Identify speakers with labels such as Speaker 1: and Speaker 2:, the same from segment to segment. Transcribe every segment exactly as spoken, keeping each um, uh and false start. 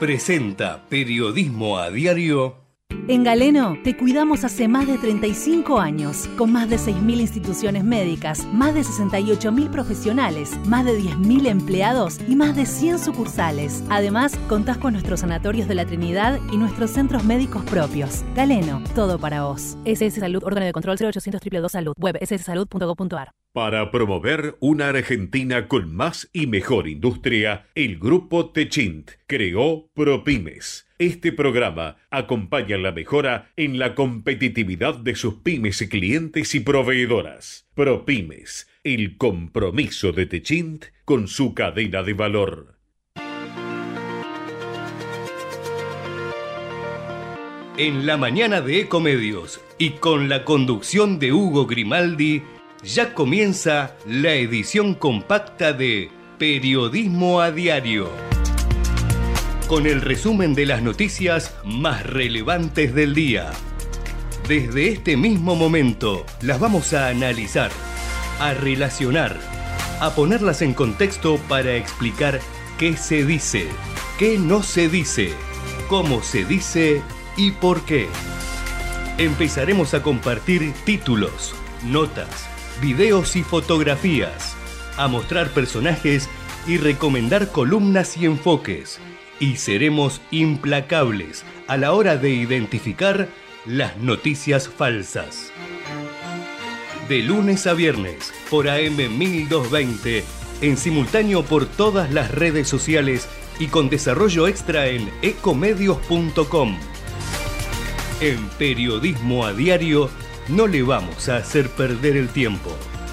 Speaker 1: presenta Periodismo a Diario.
Speaker 2: En Galeno te cuidamos hace más de treinta y cinco años, con más de seis mil instituciones médicas, más de sesenta y ocho mil profesionales, más de diez mil empleados y más de cien sucursales. Además, contás con nuestros sanatorios de la Trinidad y nuestros centros médicos propios. Galeno, todo para vos. S S Salud, órgano de control cero ochocientos dos dos dos Salud, web ese ese salud punto gov punto a r.
Speaker 3: Para promover una Argentina con más y mejor industria, el Grupo Techint creó ProPymes. Este programa acompaña la mejora en la competitividad de sus pymes y clientes y proveedoras. ProPymes, el compromiso de Techint con su cadena de valor.
Speaker 1: En la mañana de Ecomedios y con la conducción de Hugo Grimaldi, ya comienza la edición compacta de Periodismo a Diario, con el resumen de las noticias más relevantes del día. Desde este mismo momento las vamos a analizar, a relacionar, a ponerlas en contexto para explicar qué se dice, qué no se dice, cómo se dice y por qué. Empezaremos a compartir títulos, notas, videos y fotografías, a mostrar personajes y recomendar columnas y enfoques. Y seremos implacables a la hora de identificar las noticias falsas. De lunes a viernes por A M mil doscientos veinte, en simultáneo por todas las redes sociales y con desarrollo extra en ecomedios punto com. En Periodismo a Diario no le vamos a hacer perder el tiempo.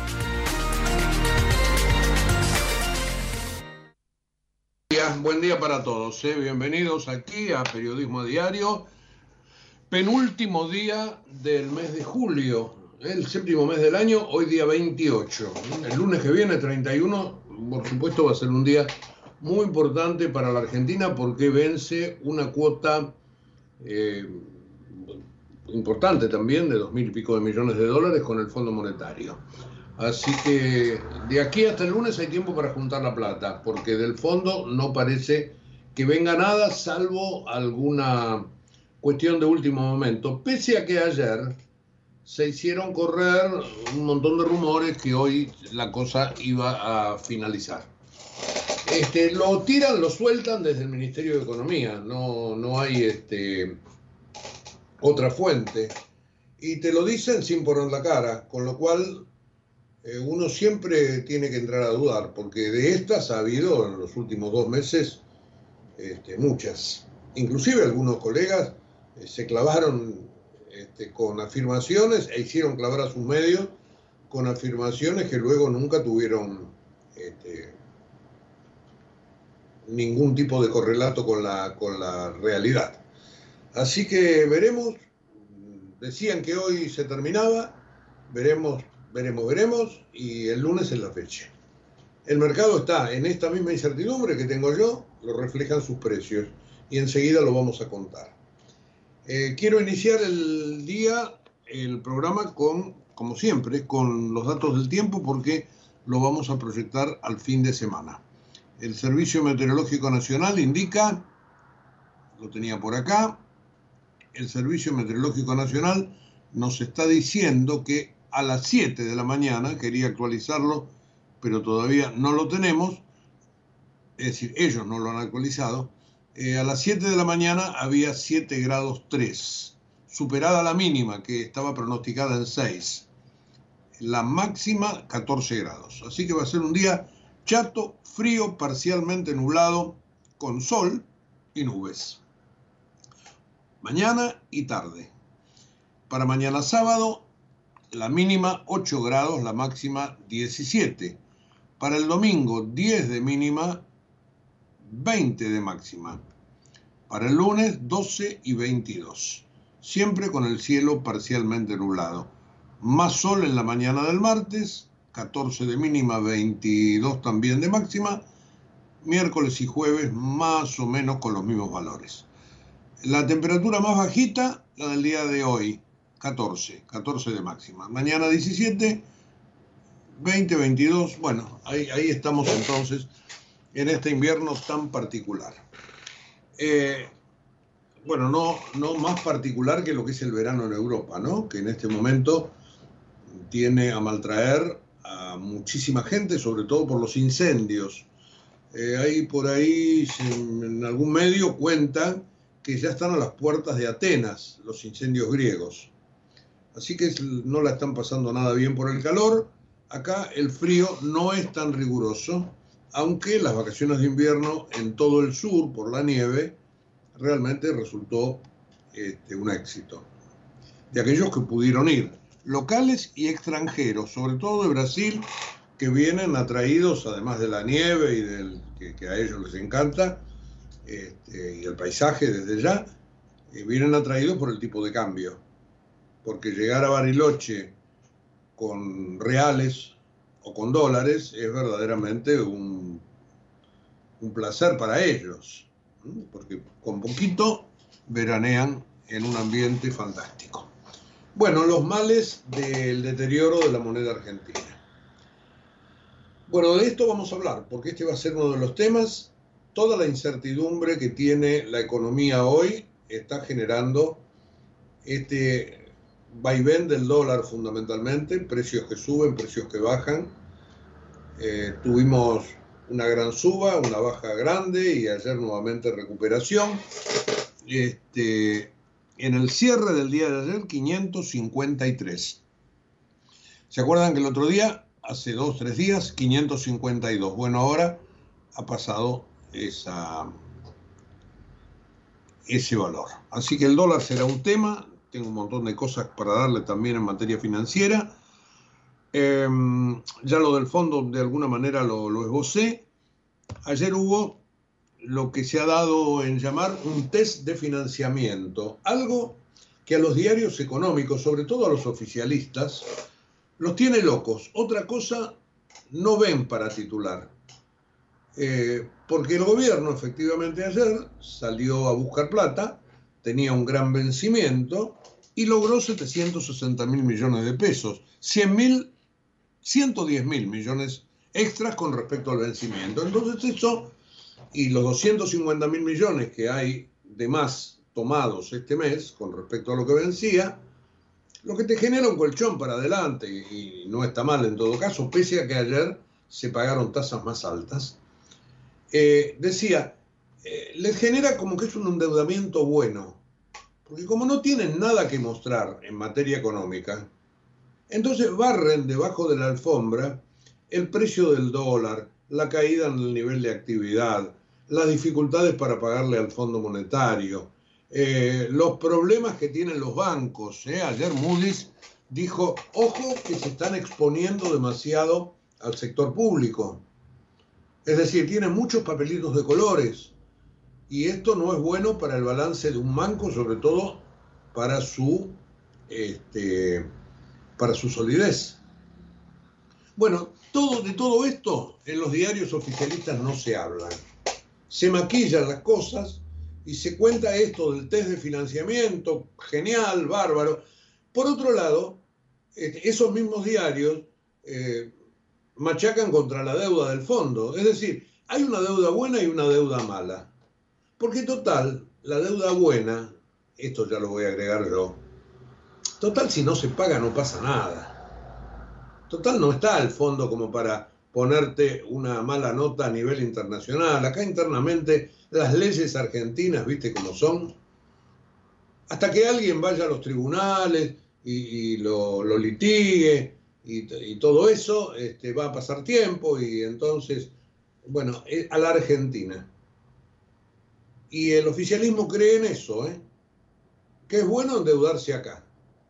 Speaker 4: Buen día para todos, ¿eh? Bienvenidos aquí a Periodismo a Diario, penúltimo día del mes de julio, el séptimo mes del año, hoy día veintiocho. El lunes que viene, treinta y uno, por supuesto va a ser un día muy importante para la Argentina porque vence una cuota eh, importante también de dos mil y pico de millones de dólares con el Fondo Monetario. Así que de aquí hasta el lunes hay tiempo para juntar la plata, porque del fondo no parece que venga nada, salvo alguna cuestión de último momento. Pese a que ayer se hicieron correr un montón de rumores que hoy la cosa iba a finalizar. Este, lo tiran, lo sueltan desde el Ministerio de Economía, no, no hay este, otra fuente. Y te lo dicen sin poner la cara, con lo cual Eh, uno siempre tiene que entrar a dudar, porque de estas ha habido en los últimos dos meses este, muchas. Inclusive algunos colegas eh, se clavaron este, con afirmaciones e hicieron clavar a sus medios con afirmaciones que luego nunca tuvieron este, ningún tipo de correlato con la, con la realidad. Así que veremos, decían que hoy se terminaba, veremos. Veremos, veremos, y el lunes es la fecha. El mercado está en esta misma incertidumbre que tengo yo, lo reflejan sus precios, y enseguida lo vamos a contar. Eh, quiero iniciar el día, el programa, con, como siempre, con los datos del tiempo, porque lo vamos a proyectar al fin de semana. El Servicio Meteorológico Nacional indica, lo tenía por acá, el Servicio Meteorológico Nacional nos está diciendo que a las siete de la mañana, quería actualizarlo, pero todavía no lo tenemos, es decir, ellos no lo han actualizado, eh, a las siete de la mañana había siete grados tres, superada la mínima que estaba pronosticada en seis, la máxima catorce grados, así que va a ser un día chato, frío, parcialmente nublado, con sol y nubes. Mañana y tarde. Para mañana sábado, la mínima ocho grados, la máxima diecisiete. Para el domingo diez de mínima, veinte de máxima. Para el lunes doce y veintidós. Siempre con el cielo parcialmente nublado. Más sol en la mañana del martes, catorce de mínima, veintidós también de máxima. Miércoles y jueves más o menos con los mismos valores. La temperatura más bajita, la del día de hoy. catorce, catorce de máxima. Mañana diecisiete, veinte, veintidós. Bueno, ahí, ahí estamos entonces en este invierno tan particular. Eh, bueno, no, no más particular que lo que es el verano en Europa, ¿no? Que en este momento tiene a maltraer a muchísima gente, sobre todo por los incendios. Eh, hay por ahí, en algún medio cuentan que ya están a las puertas de Atenas los incendios griegos. Así que no la están pasando nada bien por el calor. Acá el frío no es tan riguroso, aunque las vacaciones de invierno en todo el sur, por la nieve, realmente resultó este, un éxito. De aquellos que pudieron ir, locales y extranjeros, sobre todo de Brasil, que vienen atraídos, además de la nieve y del que, que a ellos les encanta, este, y el paisaje desde ya, eh, vienen atraídos por el tipo de cambio. Porque llegar a Bariloche con reales o con dólares es verdaderamente un, un placer para ellos, ¿sí? Porque con poquito veranean en un ambiente fantástico. Bueno, los males del deterioro de la moneda argentina. Bueno, de esto vamos a hablar, porque este va a ser uno de los temas. Toda la incertidumbre que tiene la economía hoy está generando este vaivén del dólar fundamentalmente, precios que suben, precios que bajan. Eh, tuvimos una gran suba, una baja grande y ayer nuevamente recuperación. Este, en el cierre del día de ayer, quinientos cincuenta y tres. ¿Se acuerdan que el otro día, hace dos, tres días, quinientos cincuenta y dos? Bueno, ahora ha pasado esa, ese valor. Así que el dólar será un tema. Tengo un montón de cosas para darle también en materia financiera. Eh, ya lo del fondo de alguna manera lo, lo esbocé. Ayer hubo lo que se ha dado en llamar un test de financiamiento, algo que a los diarios económicos, sobre todo a los oficialistas, los tiene locos. Otra cosa no ven para titular. Eh, porque el gobierno efectivamente ayer salió a buscar plata, tenía un gran vencimiento y logró setecientos sesenta mil millones de pesos, cien mil, ciento diez mil millones extras con respecto al vencimiento. Entonces eso y los doscientos cincuenta mil millones que hay de más tomados este mes con respecto a lo que vencía, lo que te genera un colchón para adelante, y no está mal en todo caso, pese a que ayer se pagaron tasas más altas. Eh, decía, eh, les genera como que es un endeudamiento bueno, porque como no tienen nada que mostrar en materia económica, entonces barren debajo de la alfombra el precio del dólar, la caída en el nivel de actividad, las dificultades para pagarle al Fondo Monetario, eh, los problemas que tienen los bancos. ¿eh? Ayer Moody's dijo, ojo que se están exponiendo demasiado al sector público. Es decir, tienen muchos papelitos de colores. Y esto no es bueno para el balance de un banco, sobre todo para su, este, para su solidez. Bueno, todo, de todo esto en los diarios oficialistas no se hablan. Se maquillan las cosas y se cuenta esto del test de financiamiento, genial, bárbaro. Por otro lado, esos mismos diarios eh, machacan contra la deuda del fondo. Es decir, hay una deuda buena y una deuda mala. Porque total, la deuda buena, esto ya lo voy a agregar yo, total si no se paga no pasa nada. Total no está el fondo como para ponerte una mala nota a nivel internacional. Acá internamente las leyes argentinas, viste cómo son, hasta que alguien vaya a los tribunales y, y lo, lo litigue y, y todo eso, este, va a pasar tiempo y entonces, bueno, a la Argentina. Y el oficialismo cree en eso, ¿eh? Que es bueno endeudarse acá.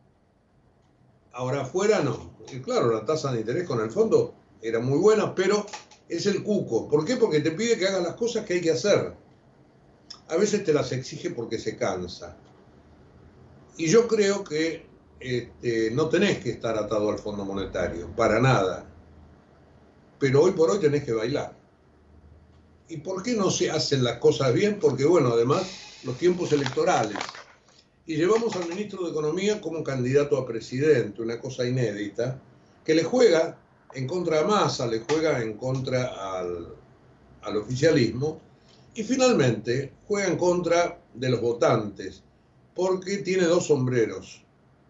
Speaker 4: Ahora afuera no. Y claro, la tasa de interés con el fondo era muy buena, pero es el cuco. ¿Por qué? Porque te pide que hagas las cosas que hay que hacer. A veces te las exige porque se cansa. Y yo creo que este, no tenés que estar atado al Fondo Monetario, para nada. Pero hoy por hoy tenés que bailar. ¿Y por qué no se hacen las cosas bien? Porque, bueno, además, los tiempos electorales. Y llevamos al ministro de Economía como candidato a presidente, una cosa inédita, que le juega en contra a Massa, le juega en contra al, al oficialismo, Y finalmente juega en contra de los votantes, porque tiene dos sombreros.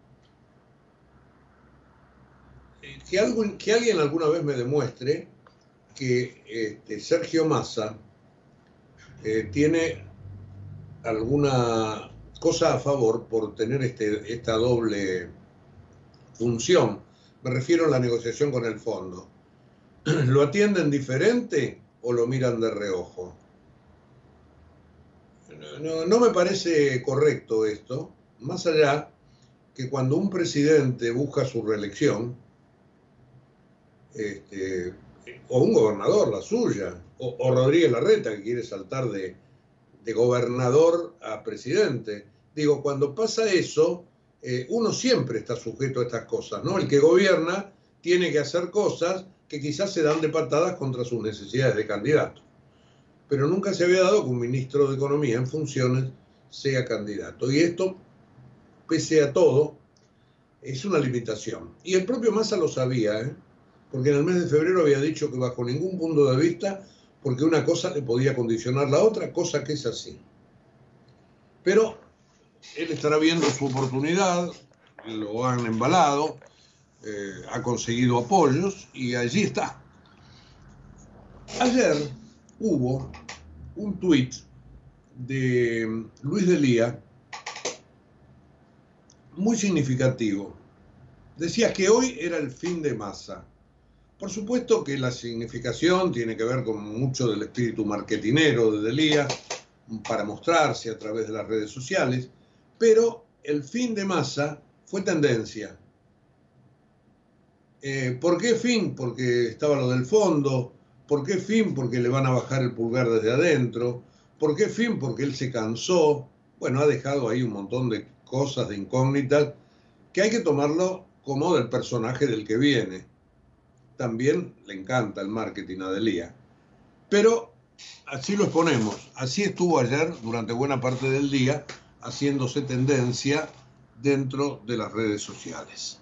Speaker 4: Que, algo, que alguien alguna vez me demuestre que este, Sergio Massa eh, tiene alguna cosa a favor por tener este, esta doble función. Me refiero a la negociación con el fondo. ¿Lo atienden diferente o lo miran de reojo? No, no me parece correcto esto, más allá que cuando un presidente busca su reelección, este, o un gobernador, la suya, o, o Rodríguez Larreta, que quiere saltar de, de gobernador a presidente, digo, cuando pasa eso, eh, uno siempre está sujeto a estas cosas, ¿no? El que gobierna tiene que hacer cosas que quizás se dan de patadas contra sus necesidades de candidato. Pero nunca se había dado que un ministro de Economía en funciones sea candidato. Y esto, pese a todo, es una limitación. Y el propio Massa lo sabía, ¿eh? Porque en el mes de febrero había dicho que bajo ningún punto de vista, porque una cosa le podía condicionar la otra, cosa que es así. Pero él estará viendo su oportunidad, lo han embalado, eh, ha conseguido apoyos y allí está. Ayer hubo un tuit de Luis Delía muy significativo. Decía que hoy era el fin de Massa. Por supuesto que la significación tiene que ver con mucho del espíritu marketinero de Delía para mostrarse a través de las redes sociales, pero el fin de Massa fue tendencia. Eh, ¿Por qué fin? Porque estaba lo del fondo. ¿Por qué fin? Porque le van a bajar el pulgar desde adentro. ¿Por qué fin? Porque él se cansó. Bueno, ha dejado ahí un montón de cosas, de incógnitas, que hay que tomarlo como del personaje del que viene. También le encanta el marketing a Delía. Pero así lo exponemos. Así estuvo ayer, durante buena parte del día, haciéndose tendencia dentro de las redes sociales.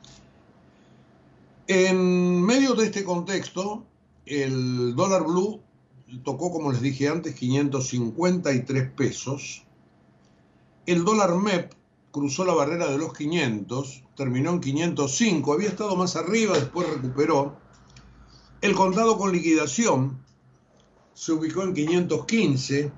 Speaker 4: En medio de este contexto, el dólar blue tocó, como les dije antes, quinientos cincuenta y tres pesos. El dólar M E P cruzó la barrera de los quinientos, terminó en quinientos cinco, había estado más arriba, después recuperó. El contado con liquidación se ubicó en quinientos quince.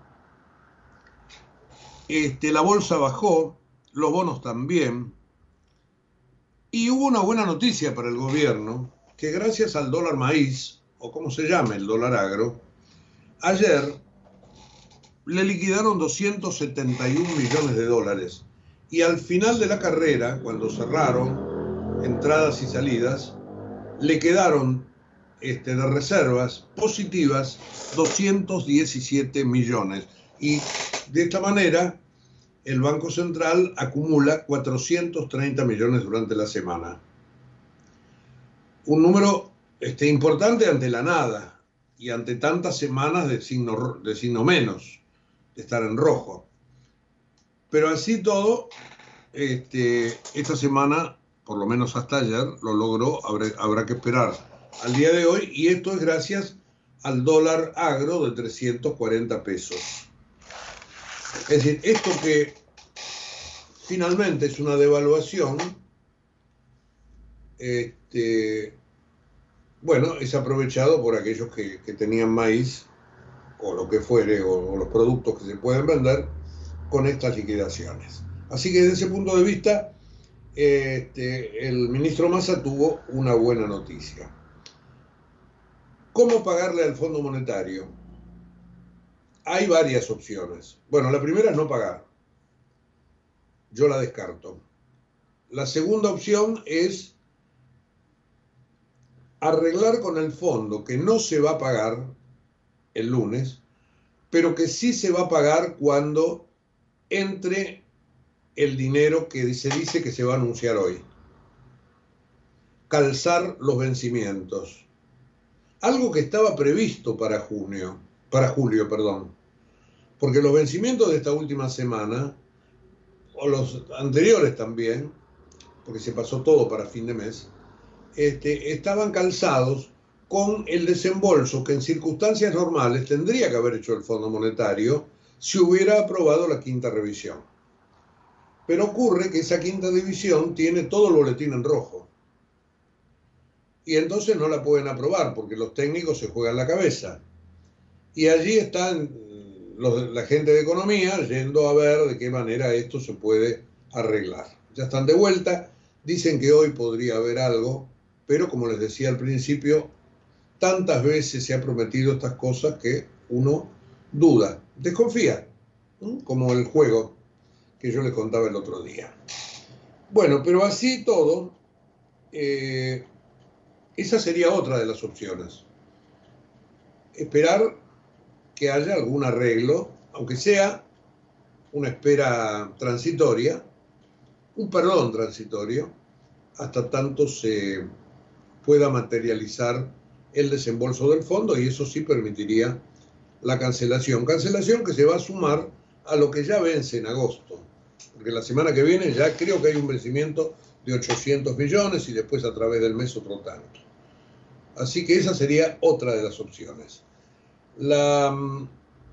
Speaker 4: Este, la bolsa bajó, los bonos también. Y hubo una buena noticia para el gobierno, que gracias al dólar maíz, o como se llama el dólar agro, ayer le liquidaron doscientos setenta y un millones de dólares. Y al final de la carrera, cuando cerraron entradas y salidas, le quedaron este, de reservas positivas doscientos diecisiete millones. Y de esta manera, el Banco Central acumula cuatrocientos treinta millones durante la semana. Un número este, importante ante la nada y ante tantas semanas de signo, de signo menos, de estar en rojo. Pero así todo, este, esta semana, por lo menos hasta ayer, lo logró, habrá, habrá que esperar al día de hoy, y esto es gracias al dólar agro de trescientos cuarenta pesos. Es decir, esto que finalmente es una devaluación, este, bueno, es aprovechado por aquellos que, que tenían maíz, o lo que fuere, o, o los productos que se pueden vender con estas liquidaciones. Así que desde ese punto de vista, este, el ministro Massa tuvo una buena noticia. ¿Cómo pagarle al Fondo Monetario? Hay varias opciones. Bueno, la primera es no pagar. Yo la descarto. La segunda opción es arreglar con el fondo que no se va a pagar el lunes, pero que sí se va a pagar cuando entre el dinero que se dice que se va a anunciar hoy. Calzar los vencimientos. Algo que estaba previsto para junio, para julio, perdón. Porque los vencimientos de esta última semana, o los anteriores también, porque se pasó todo para fin de mes, este, estaban calzados con el desembolso que en circunstancias normales tendría que haber hecho el Fondo Monetario si hubiera aprobado la quinta revisión. Pero ocurre que esa quinta división tiene todo el boletín en rojo. Y entonces no la pueden aprobar porque los técnicos se juegan la cabeza. Y allí están los, la gente de economía yendo a ver de qué manera esto se puede arreglar. Ya están de vuelta, dicen que hoy podría haber algo, pero como les decía al principio, tantas veces se ha prometido estas cosas que uno duda, desconfía, ¿sí? Como el juego que yo les contaba el otro día. Bueno, pero así todo, eh, esa sería otra de las opciones. Esperar que haya algún arreglo, aunque sea una espera transitoria, un perdón transitorio, hasta tanto se pueda materializar el desembolso del fondo, y eso sí permitiría la cancelación. Cancelación que se va a sumar a lo que ya vence en agosto, porque la semana que viene ya creo que hay un vencimiento de ochocientos millones y después a través del mes otro tanto. Así que esa sería otra de las opciones. La um,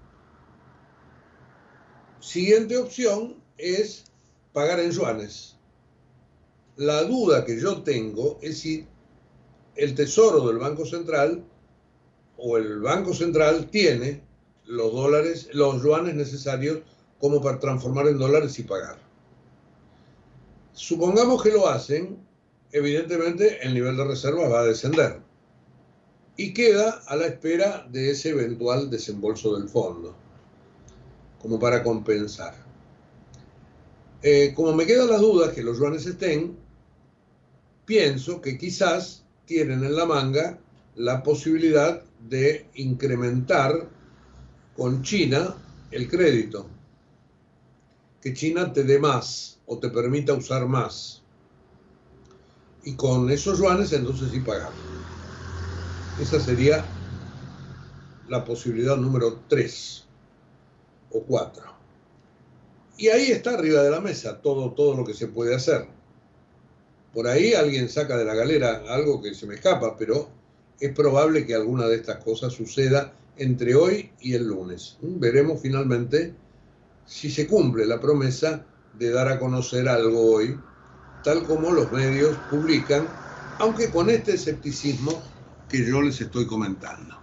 Speaker 4: siguiente opción es pagar en yuanes. La duda que yo tengo es si el Tesoro del Banco Central o el Banco Central tiene los dólares, los yuanes necesarios como para transformar en dólares y pagar. Supongamos que lo hacen, evidentemente el nivel de reservas va a descender y queda a la espera de ese eventual desembolso del fondo, como para compensar. Eh, como me quedan las dudas que los yuanes estén, pienso que quizás tienen en la manga la posibilidad de incrementar con China el crédito, que China te dé más o te permita usar más, y con esos yuanes entonces sí pagar. Esa sería la posibilidad número tres o cuatro. Y ahí está arriba de la mesa todo, todo lo que se puede hacer. Por ahí alguien saca de la galera algo que se me escapa, pero es probable que alguna de estas cosas suceda entre hoy y el lunes. Veremos finalmente si se cumple la promesa de dar a conocer algo hoy, tal como los medios publican, aunque con este escepticismo que yo les estoy comentando.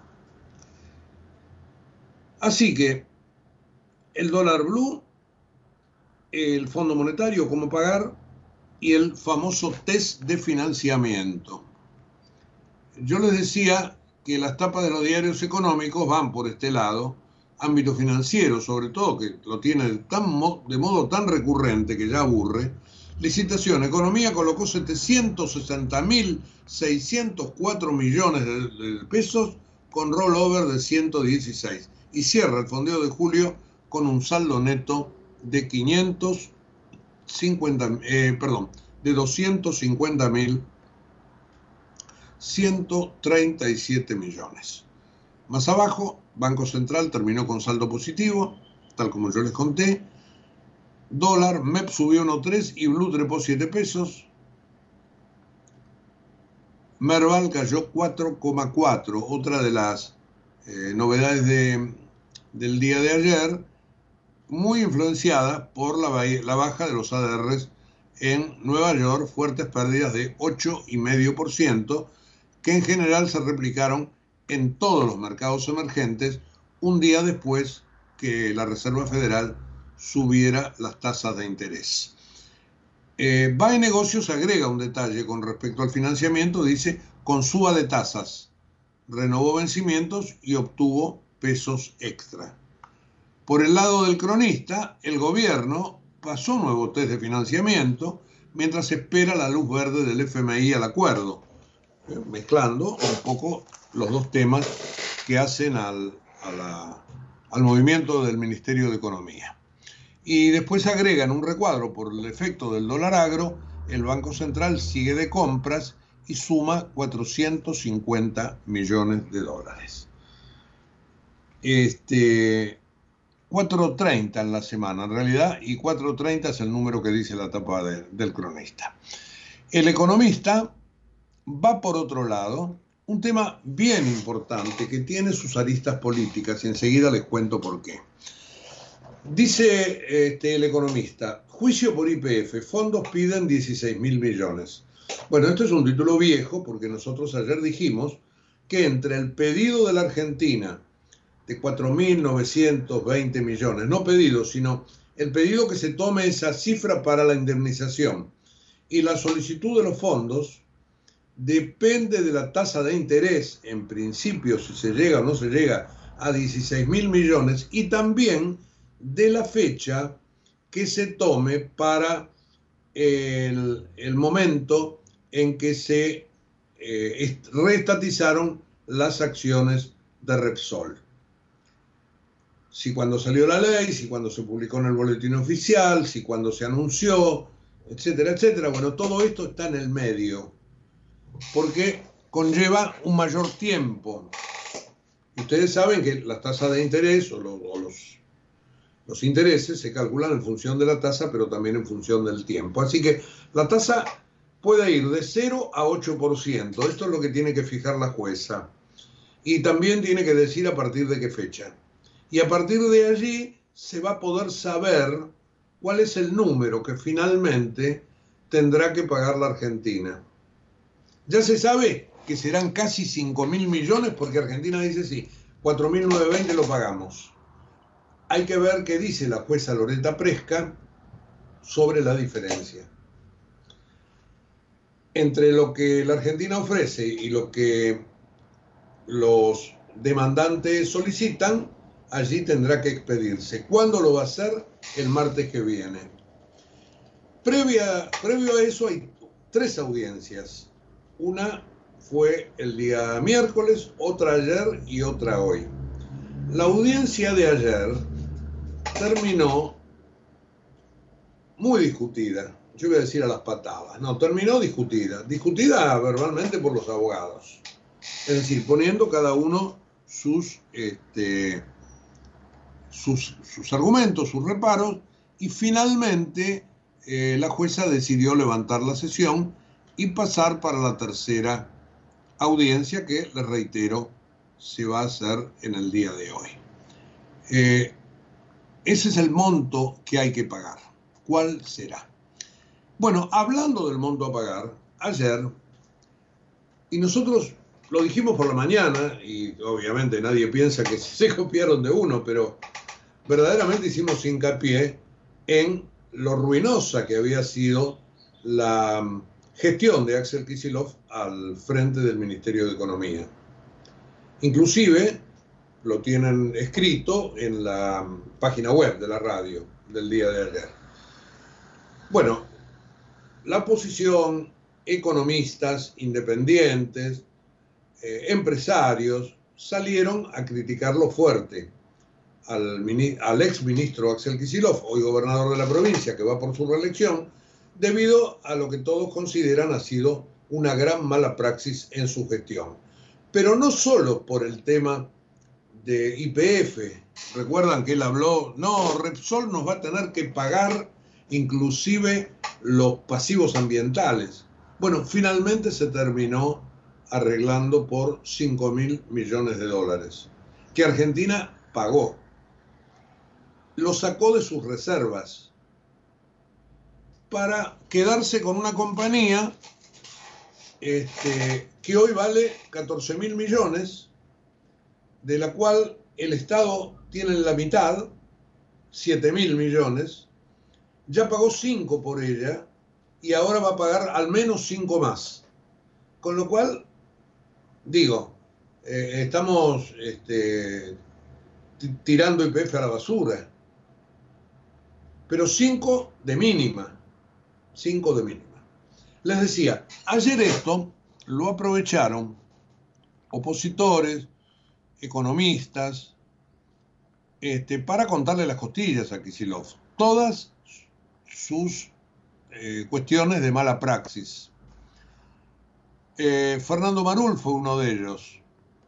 Speaker 4: Así que el dólar blue, el Fondo Monetario, cómo pagar, y el famoso test de financiamiento. Yo les decía que las tapas de los diarios económicos van por este lado, ámbito financiero sobre todo, que lo tiene tan de modo tan recurrente que ya aburre. Licitación, Economía colocó setecientos sesenta mil seiscientos cuatro millones de, de pesos con rollover de ciento dieciséis y cierra el fondeo de julio con un saldo neto de quinientos cincuenta, eh, perdón, de doscientos cincuenta mil ciento treinta y siete millones. Más abajo, Banco Central terminó con saldo positivo, tal como yo les conté. Dólar, M E P subió uno coma tres y Blue trepó siete pesos. Merval cayó cuatro coma cuatro, otra de las eh, novedades de, del día de ayer, muy influenciada por la, la baja de los A D Rs en Nueva York, fuertes pérdidas de ocho coma cinco por ciento, que en general se replicaron en todos los mercados emergentes un día después que la Reserva Federal subiera las tasas de interés. Eh, B A E Negocios agrega un detalle con respecto al financiamiento, dice, con suba de tasas, renovó vencimientos y obtuvo pesos extra. Por el lado del cronista, el gobierno pasó nuevo test de financiamiento mientras espera la luz verde del F M I al acuerdo, eh, mezclando un poco los dos temas que hacen al, a la, al movimiento del Ministerio de Economía. Y después agregan un recuadro por el efecto del dólar agro, el Banco Central sigue de compras y suma cuatrocientos cincuenta millones de dólares. Este, cuatro treinta en la semana en realidad, y cuatro treinta es el número que dice la tapa de, del cronista. El economista va por otro lado un tema bien importante que tiene sus aristas políticas y enseguida les cuento por qué. Dice este, el economista, juicio por Y P F, fondos piden dieciséis mil millones. Bueno, esto es un título viejo porque nosotros ayer dijimos que entre el pedido de la Argentina de cuatro mil novecientos veinte millones, no pedido, sino el pedido que se tome esa cifra para la indemnización y la solicitud de los fondos, depende de la tasa de interés, en principio, si se llega o no se llega a dieciséis mil millones, y también de la fecha que se tome para el, el momento en que se eh, reestatizaron las acciones de Repsol. Si cuando salió la ley, si cuando se publicó en el boletín oficial, si cuando se anunció, etcétera, etcétera. Bueno, todo esto está en el medio, porque conlleva un mayor tiempo. Ustedes saben que las tasas de interés o, lo, o los, los intereses se calculan en función de la tasa, pero también en función del tiempo. Así que la tasa puede ir de cero a ocho por ciento. Esto es lo que tiene que fijar la jueza. Y también tiene que decir a partir de qué fecha. Y a partir de allí se va a poder saber cuál es el número que finalmente tendrá que pagar la Argentina. Ya se sabe que serán casi cinco mil millones porque Argentina dice sí, cuatro mil novecientos veinte lo pagamos. Hay que ver qué dice la jueza Loreta Presca sobre la diferencia entre lo que la Argentina ofrece y lo que los demandantes solicitan. Allí tendrá que expedirse. ¿Cuándo lo va a hacer? El martes que viene. Previa, previo a eso hay tres audiencias. Una fue el día miércoles, otra ayer y otra hoy. La audiencia de ayer terminó muy discutida. Yo voy a decir a las patadas. No, terminó discutida. Discutida verbalmente por los abogados. Es decir, poniendo cada uno sus... Este, Sus, sus argumentos, sus reparos, y finalmente eh, la jueza decidió levantar la sesión y pasar para la tercera audiencia que, les reitero, se va a hacer en el día de hoy. Eh, ese es el monto que hay que pagar. ¿Cuál será? Bueno, hablando del monto a pagar, ayer, y nosotros lo dijimos por la mañana, y obviamente nadie piensa que se copiaron de uno, pero verdaderamente hicimos hincapié en lo ruinosa que había sido la gestión de Axel Kicillof al frente del Ministerio de Economía. Inclusive lo tienen escrito en la página web de la radio del día de ayer. Bueno, la oposición, economistas independientes, eh, empresarios, salieron a criticarlo fuerte al, al ex ministro Axel Kicillof, hoy gobernador de la provincia, que va por su reelección, debido a lo que todos consideran ha sido una gran mala praxis en su gestión. Pero no solo por el tema de Y P F. Recuerdan que él habló, no, Repsol nos va a tener que pagar inclusive los pasivos ambientales. Bueno, finalmente se terminó arreglando por cinco mil millones de dólares, que Argentina pagó. Lo sacó de sus reservas para quedarse con una compañía este, que hoy vale catorce mil millones, de la cual el Estado tiene la mitad, siete mil millones, ya pagó cinco por ella y ahora va a pagar al menos cinco más. Con lo cual, digo, eh, estamos este, tirando Y P F a la basura. Pero cinco de mínima, cinco de mínima. Les decía, ayer esto lo aprovecharon opositores, economistas, este, para contarle las costillas a Kicillof. Todas sus eh, cuestiones de mala praxis. Eh, Fernando Marul fue uno de ellos.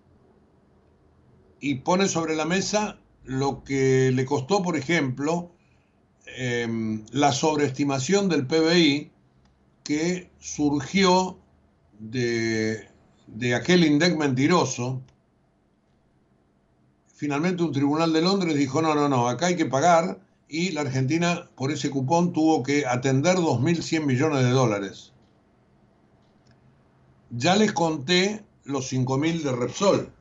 Speaker 4: Y pone sobre la mesa lo que le costó, por ejemplo, eh, la sobreestimación del P B I que surgió de, de aquel INDEC mentiroso, finalmente un tribunal de Londres dijo, no, no, no, acá hay que pagar, y la Argentina por ese cupón tuvo que atender dos mil cien millones de dólares. Ya les conté los cinco mil de Repsol.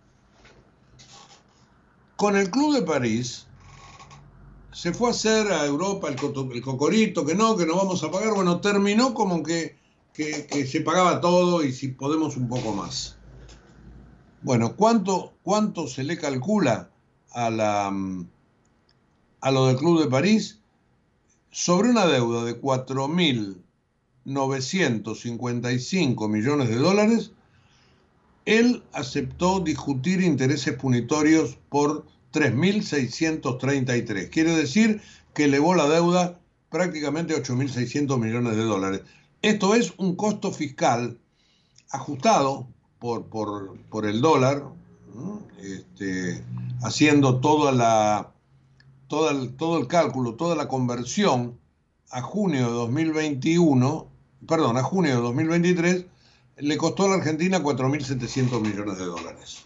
Speaker 4: Con el Club de París se fue a hacer a Europa el, co el cocorito, que no, que no vamos a pagar. Bueno, terminó como que, que, que se pagaba todo y si podemos un poco más. Bueno, ¿cuánto, cuánto se le calcula a, la, a lo del Club de París? Sobre una deuda de cuatro mil novecientos cincuenta y cinco millones de dólares, él aceptó discutir intereses punitorios por tres mil seiscientos treinta y tres. Quiere decir que elevó la deuda prácticamente a ocho mil seiscientos millones de dólares. Esto es un costo fiscal ajustado por, por, por el dólar, ¿no? este, haciendo toda la, toda el, todo el cálculo, toda la conversión a junio de dos mil veintiuno, perdón, a junio de dos mil veintitrés, le costó a la Argentina cuatro mil setecientos millones de dólares.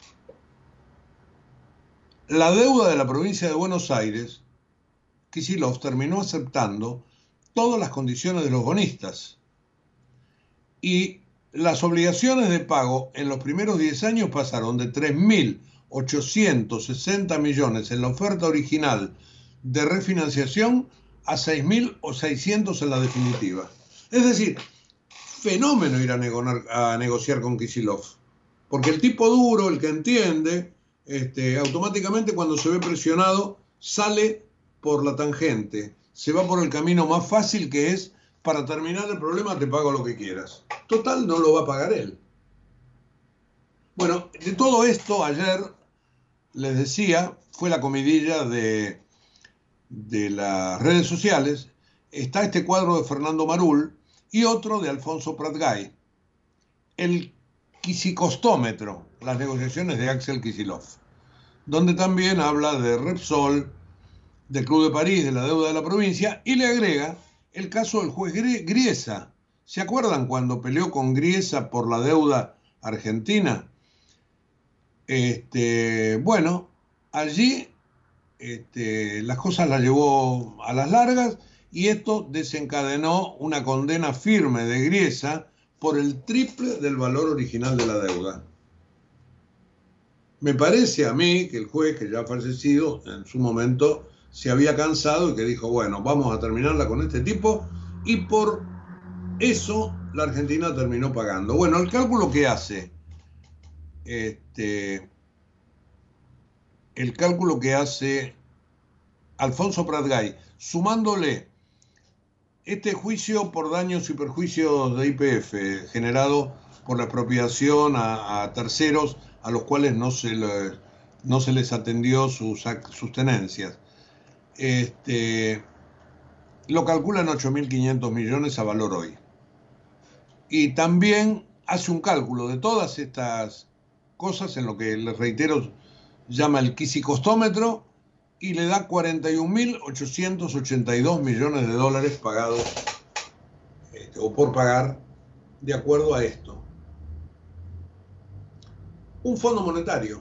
Speaker 4: La deuda de la provincia de Buenos Aires, Kicillof terminó aceptando todas las condiciones de los bonistas y las obligaciones de pago en los primeros diez años pasaron de tres mil ochocientos sesenta millones en la oferta original de refinanciación a seis mil seiscientos en la definitiva. Es decir, fenómeno ir a, negonar, a negociar con Kicillof, porque el tipo duro, el que entiende, este, automáticamente cuando se ve presionado sale por la tangente, se va por el camino más fácil, que es, para terminar el problema te pago lo que quieras. Total, no lo va a pagar él. Bueno, de todo esto ayer les decía, fue la comidilla de, de las redes sociales. Está este cuadro de Fernando Marul y otro de Alfonso Pratgay, el Kicicostómetro, las negociaciones de Axel Kicillof, donde también habla de Repsol, del Club de París, de la deuda de la provincia, y le agrega el caso del juez Griesa. ¿Se acuerdan cuando peleó con Griesa por la deuda argentina? Este, bueno, allí este, las cosas las llevó a las largas y esto desencadenó una condena firme de Griesa por el triple del valor original de la deuda. Me parece a mí que el juez, que ya ha fallecido, en su momento se había cansado y que dijo, bueno, vamos a terminarla con este tipo, y por eso la Argentina terminó pagando. Bueno, el cálculo que hace, este, el cálculo que hace Alfonso Pratgay, sumándole este juicio por daños y perjuicios de Y P F generado por la expropiación a, a terceros a los cuales no se, le, no se les atendió sus, sus tenencias, este, lo calculan ocho mil quinientos millones a valor hoy. Y también hace un cálculo de todas estas cosas en lo que, les reitero, llama el Kicicostómetro, y le da cuarenta y un mil ochocientos ochenta y dos millones de dólares pagados este, o por pagar de acuerdo a esto. Un fondo monetario.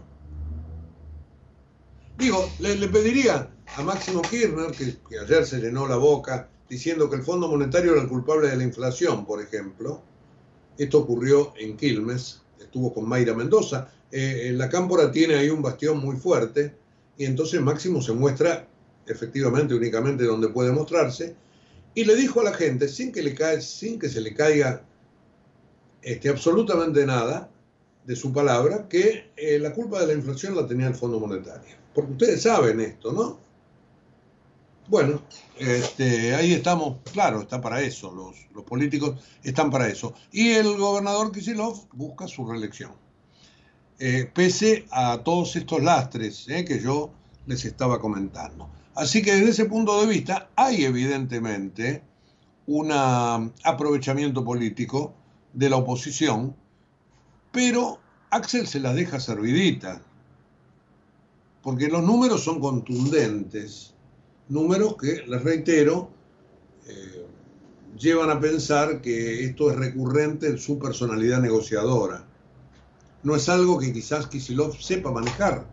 Speaker 4: Digo, le, le pediría a Máximo Kirchner, que, que ayer se llenó la boca diciendo que el Fondo Monetario era el culpable de la inflación, por ejemplo. Esto ocurrió en Quilmes, estuvo con Mayra Mendoza. Eh, en la Cámpora tiene ahí un bastión muy fuerte, y entonces Máximo se muestra efectivamente únicamente donde puede mostrarse, y le dijo a la gente, sin que, le cae, sin que se le caiga este, absolutamente nada de su palabra, que eh, la culpa de la inflación la tenía el Fondo Monetario. Porque ustedes saben esto, ¿no? Bueno, este, ahí estamos, claro, está para eso, los, los políticos están para eso. Y el gobernador Kicillof busca su reelección. Eh, pese a todos estos lastres eh, que yo les estaba comentando. Así que desde ese punto de vista hay evidentemente un aprovechamiento político de la oposición, pero Axel se las deja serviditas, porque los números son contundentes, números que, les reitero, eh, llevan a pensar que esto es recurrente en su personalidad negociadora. no es algo que quizás Kicillof sepa manejar.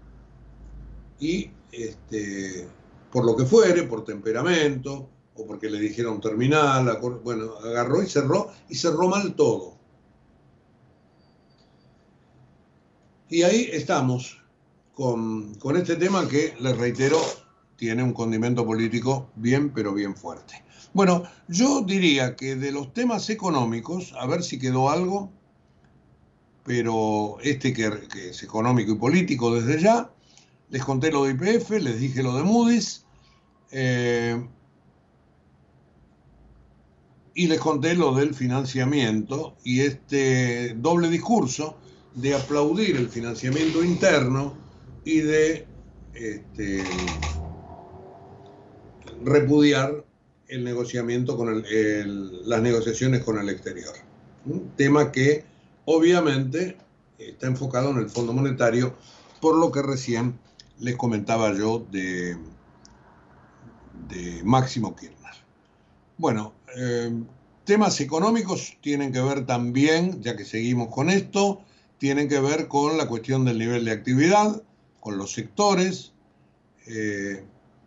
Speaker 4: Y este, por lo que fuere, por temperamento, o porque le dijeron terminal, bueno, agarró y cerró, y cerró mal todo. Y ahí estamos con, con este tema que, les reitero, tiene un condimento político bien, pero bien fuerte. Bueno, yo diría que de los temas económicos, a ver si quedó algo, pero este que, que es económico y político desde ya, les conté lo de Y P F, les dije lo de Moody's, eh, y les conté lo del financiamiento y este doble discurso de aplaudir el financiamiento interno y de este, repudiar el negociamiento con el, el, las negociaciones con el exterior. Un tema que obviamente está enfocado en el Fondo Monetario, por lo que recién les comentaba yo de, de Máximo Kirchner. Bueno, eh, temas económicos tienen que ver también, ya que seguimos con esto, tienen que ver con la cuestión del nivel de actividad, con los sectores. Eh,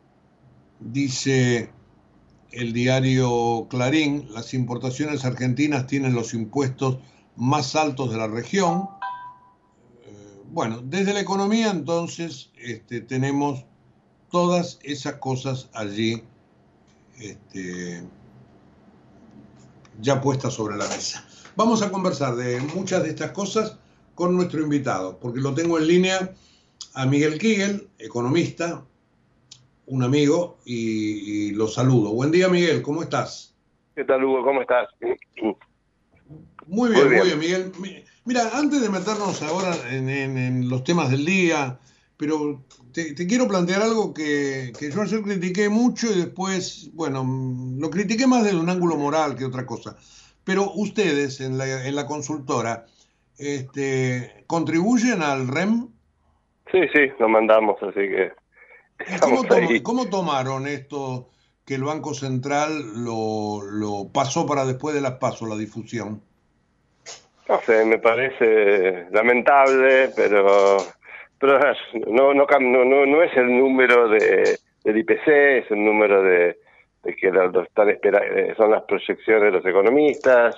Speaker 4: dice el diario Clarín, las importaciones argentinas tienen los impuestos más altos de la región. Eh, bueno, desde la economía entonces este, tenemos todas esas cosas allí este, ya puestas sobre la mesa. Vamos a conversar de muchas de estas cosas con nuestro invitado, porque lo tengo en línea a Miguel Kigel, economista, un amigo, y, y lo saludo. Buen día, Miguel, ¿cómo estás?
Speaker 5: ¿Qué tal, Hugo? ¿Cómo estás?
Speaker 4: Muy bien, muy bien, muy bien Miguel. Mira, antes de meternos ahora en, en, en los temas del día, pero te, te quiero plantear algo que, que yo ayer critiqué mucho y después, bueno, lo critiqué más desde un ángulo moral que otra cosa. Pero ustedes en la, en la consultora, este, ¿contribuyen al R E M?
Speaker 5: Sí, sí, lo mandamos, así que...
Speaker 4: ¿Cómo, tom- ¿Cómo tomaron esto que el Banco Central lo, lo pasó para después de las PASO, la difusión?
Speaker 5: No sé, me parece lamentable, pero pero no no no, no es el número de del I P C, es el número de, de que lo, lo están esperando, son las proyecciones de los economistas.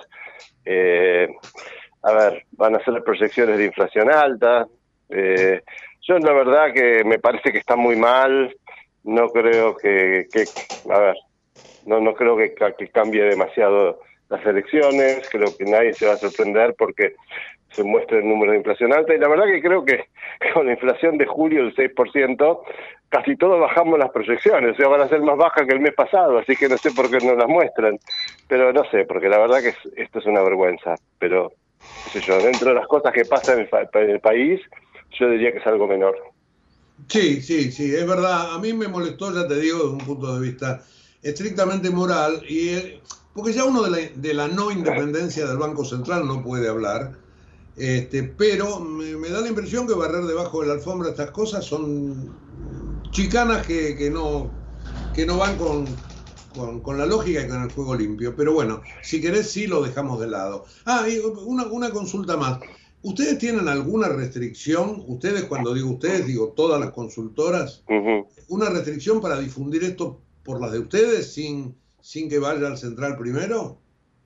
Speaker 5: Eh, a ver, van a ser las proyecciones de inflación alta. Eh, yo la verdad que me parece que está muy mal. No creo que, que a ver, no no creo que, que cambie demasiado las elecciones. Creo que nadie se va a sorprender porque se muestra el número de inflación alta, y la verdad que creo que con la inflación de julio del seis por ciento casi todos bajamos las proyecciones, o sea, van a ser más bajas que el mes pasado, así que no sé por qué no las muestran, pero no sé, porque la verdad que es, esto es una vergüenza, pero qué sé yo, dentro de las cosas que pasan en el, en el país, yo diría que es algo menor.
Speaker 4: Sí, sí, sí, es verdad, a mí me molestó, ya te digo, desde un punto de vista estrictamente moral, y eh, porque ya uno de la, de la no independencia del Banco Central no puede hablar, este, pero me, me da la impresión que barrer debajo de la alfombra estas cosas son chicanas que, que, no, que no van con, con, con la lógica y con el juego limpio. Pero bueno, si querés sí lo dejamos de lado. Ah, y una, una consulta más. ¿Ustedes tienen alguna restricción? Ustedes, cuando digo ustedes, digo todas las consultoras, uh-huh. ¿Una restricción para difundir esto por las de ustedes sin, sin que vaya al central primero?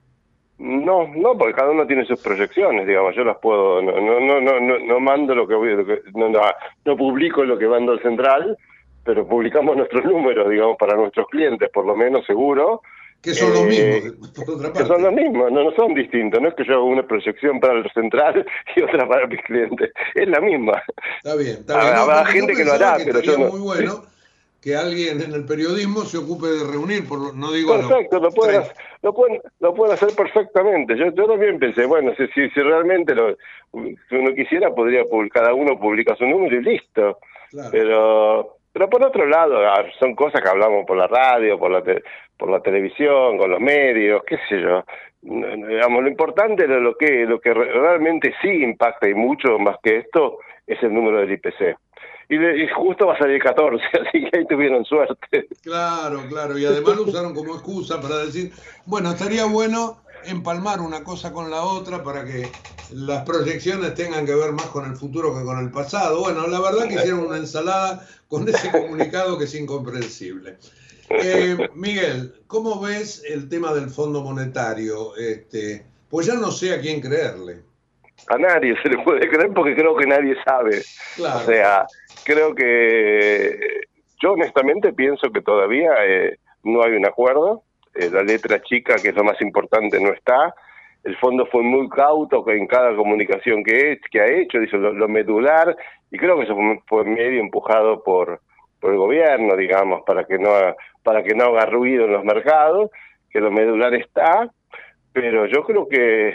Speaker 5: No, no, porque cada uno tiene sus proyecciones, digamos, yo las puedo, no no no no no, no mando lo que voy, lo que, no, no, no publico lo que mando al central, pero publicamos nuestros números, digamos, para nuestros clientes, por lo menos seguro.
Speaker 4: Que son los eh, mismos, por otra parte.
Speaker 5: Que son los mismos, no, no son distintos, no es que yo hago una proyección para el central y otra para mis clientes, es la misma.
Speaker 4: Está bien, está bien.
Speaker 5: Habrá,
Speaker 4: no,
Speaker 5: habrá gente que, que lo hará,
Speaker 4: que
Speaker 5: pero yo no.
Speaker 4: Muy bueno. Que alguien en el periodismo se ocupe de reunir, por no digo...
Speaker 5: Perfecto, lo pueden, lo pueden lo pueden hacer perfectamente. Yo, yo también pensé, bueno, si, si, si realmente lo, si uno quisiera, podría publicar, cada uno publica su número y listo. Claro. Pero pero por otro lado, son cosas que hablamos por la radio, por la te, por la televisión, con los medios, qué sé yo. Digamos, lo importante, lo, lo que lo que realmente sí impacta y mucho más que esto, es el número del I P C. Y, de, y justo va a salir catorce, así que ahí tuvieron suerte.
Speaker 4: Claro, claro, y además lo usaron como excusa para decir, bueno, estaría bueno empalmar una cosa con la otra para que las proyecciones tengan que ver más con el futuro que con el pasado. Bueno, la verdad que hicieron una ensalada con ese comunicado que es incomprensible. Eh, Miguel, ¿cómo ves el tema del Fondo Monetario? Este, pues ya no sé a quién creerle.
Speaker 5: A nadie se le puede creer porque creo que nadie sabe. Claro. O sea, creo que yo honestamente pienso que todavía eh, no hay un acuerdo. Eh, la letra chica, que es lo más importante, no está. El fondo fue muy cauto en cada comunicación que, que ha hecho, dice lo, lo medular, y creo que eso fue, fue medio empujado por, por el gobierno, digamos, para que no para que no haga ruido en los mercados, que lo medular está, pero yo creo que,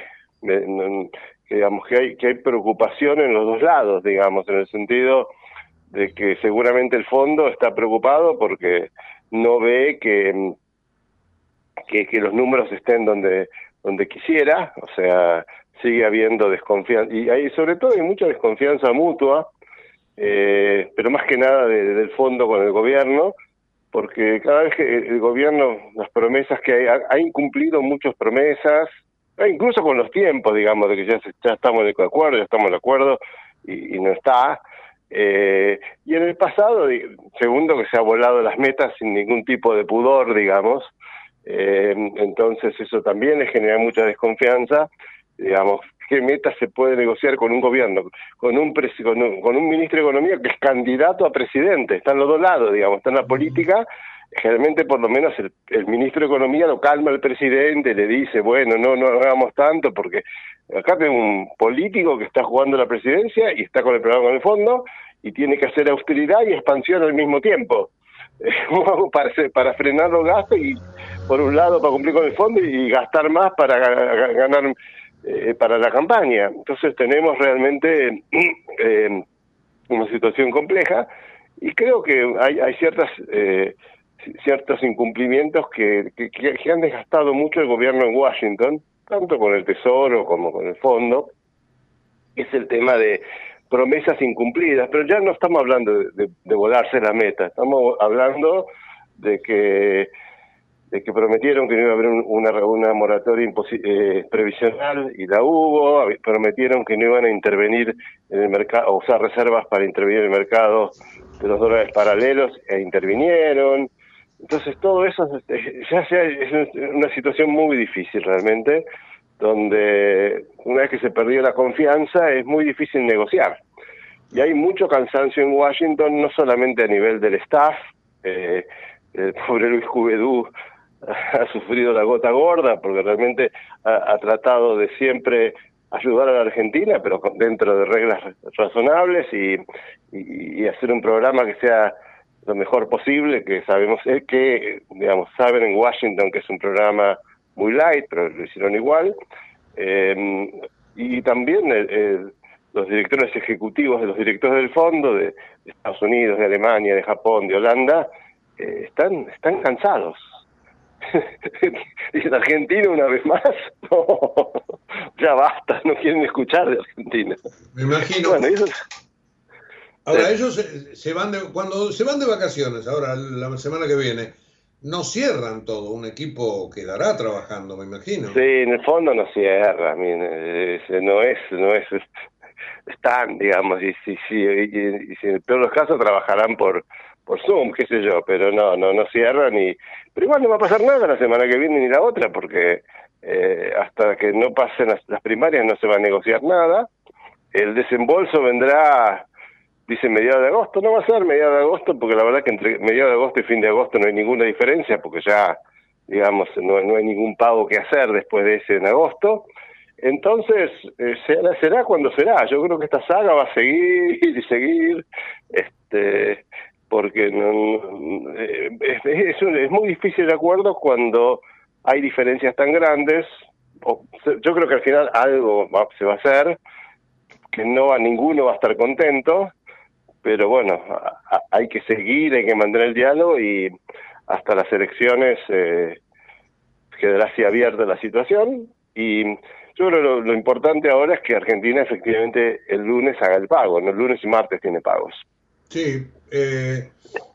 Speaker 5: que digamos que hay que hay preocupación en los dos lados, digamos, en el sentido de que seguramente el fondo está preocupado porque no ve que que, que los números estén donde donde quisiera, o sea, sigue habiendo desconfianza, y hay sobre todo hay mucha desconfianza mutua, eh, pero más que nada de, del fondo con el gobierno, porque cada vez que el gobierno, las promesas que hay, ha, ha incumplido muchas promesas, incluso con los tiempos, digamos, de que ya, ya estamos de acuerdo, ya estamos de acuerdo, y, y no está. Eh, y en el pasado, segundo, que se ha volado las metas sin ningún tipo de pudor, digamos, eh, entonces eso también le genera mucha desconfianza, digamos, ¿qué metas se puede negociar con un gobierno? Con un, presi- con un con un ministro de Economía que es candidato a presidente, está en los dos lados, digamos, está en la política. Generalmente por lo menos el, el ministro de Economía lo calma al presidente, le dice, bueno, no, no hagamos tanto, porque acá tengo un político que está jugando la presidencia y está con el programa con el fondo, y tiene que hacer austeridad y expansión al mismo tiempo, para, para frenar los gastos, y por un lado para cumplir con el fondo y gastar más para ganar eh, para la campaña. Entonces tenemos realmente eh, una situación compleja, y creo que hay, hay ciertas... Eh, ciertos incumplimientos que, que, que han desgastado mucho el gobierno en Washington, tanto con el Tesoro como con el Fondo. Es el tema de promesas incumplidas, pero ya no estamos hablando de, de, de volarse la meta, estamos hablando de que de que prometieron que no iba a haber un, una, una moratoria imposi- eh, previsional, y la hubo, prometieron que no iban a intervenir en el mercado, o usar reservas para intervenir en el mercado de los dólares paralelos, e intervinieron. Entonces todo eso ya, ya es una situación muy difícil realmente, donde una vez que se perdió la confianza es muy difícil negociar. Y hay mucho cansancio en Washington, no solamente a nivel del staff, eh, el pobre Luis Juvedú ha sufrido la gota gorda, porque realmente ha, ha tratado de siempre ayudar a la Argentina, pero dentro de reglas razonables, y, y, y hacer un programa que sea lo mejor posible, que sabemos eh, que, digamos, saben en Washington que es un programa muy light, pero lo hicieron igual. Eh, y también eh, eh, los directores ejecutivos de los directores del fondo, de, de Estados Unidos, de Alemania, de Japón, de Holanda, eh, están están cansados. ¿Y en Argentina una vez más? No, ya basta, no quieren escuchar de Argentina.
Speaker 4: Me imagino. Bueno, eso... Ahora, ellos se, se van de, cuando se van de vacaciones, ahora la semana que viene, no cierran todo, un equipo quedará trabajando, me imagino.
Speaker 5: Sí, en el fondo no cierra, mire, no es, no es, están, digamos, y si, si, y, y si en el peor de los casos trabajarán por por Zoom, qué sé yo, pero no, no, no cierran, y pero igual no va a pasar nada la semana que viene ni la otra, porque eh, hasta que no pasen las, las primarias no se va a negociar nada. El desembolso vendrá, dice mediados de agosto, no va a ser mediados de agosto, porque la verdad que entre mediados de agosto y fin de agosto no hay ninguna diferencia, porque ya, digamos, no, no hay ningún pago que hacer después de ese en agosto. Entonces, eh, será, será cuando será. Yo creo que esta saga va a seguir y seguir, este, porque no, eh, es, es, es muy difícil de acuerdo cuando hay diferencias tan grandes. O, yo creo que al final algo va, se va a hacer, que no a ninguno va a estar contento, pero bueno, a, a, hay que seguir, hay que mantener el diálogo, y hasta las elecciones eh, quedará así abierta la situación. Y yo creo que lo, lo importante ahora es que Argentina efectivamente el lunes haga el pago, ¿no? El lunes y martes tiene pagos.
Speaker 4: Sí, eh,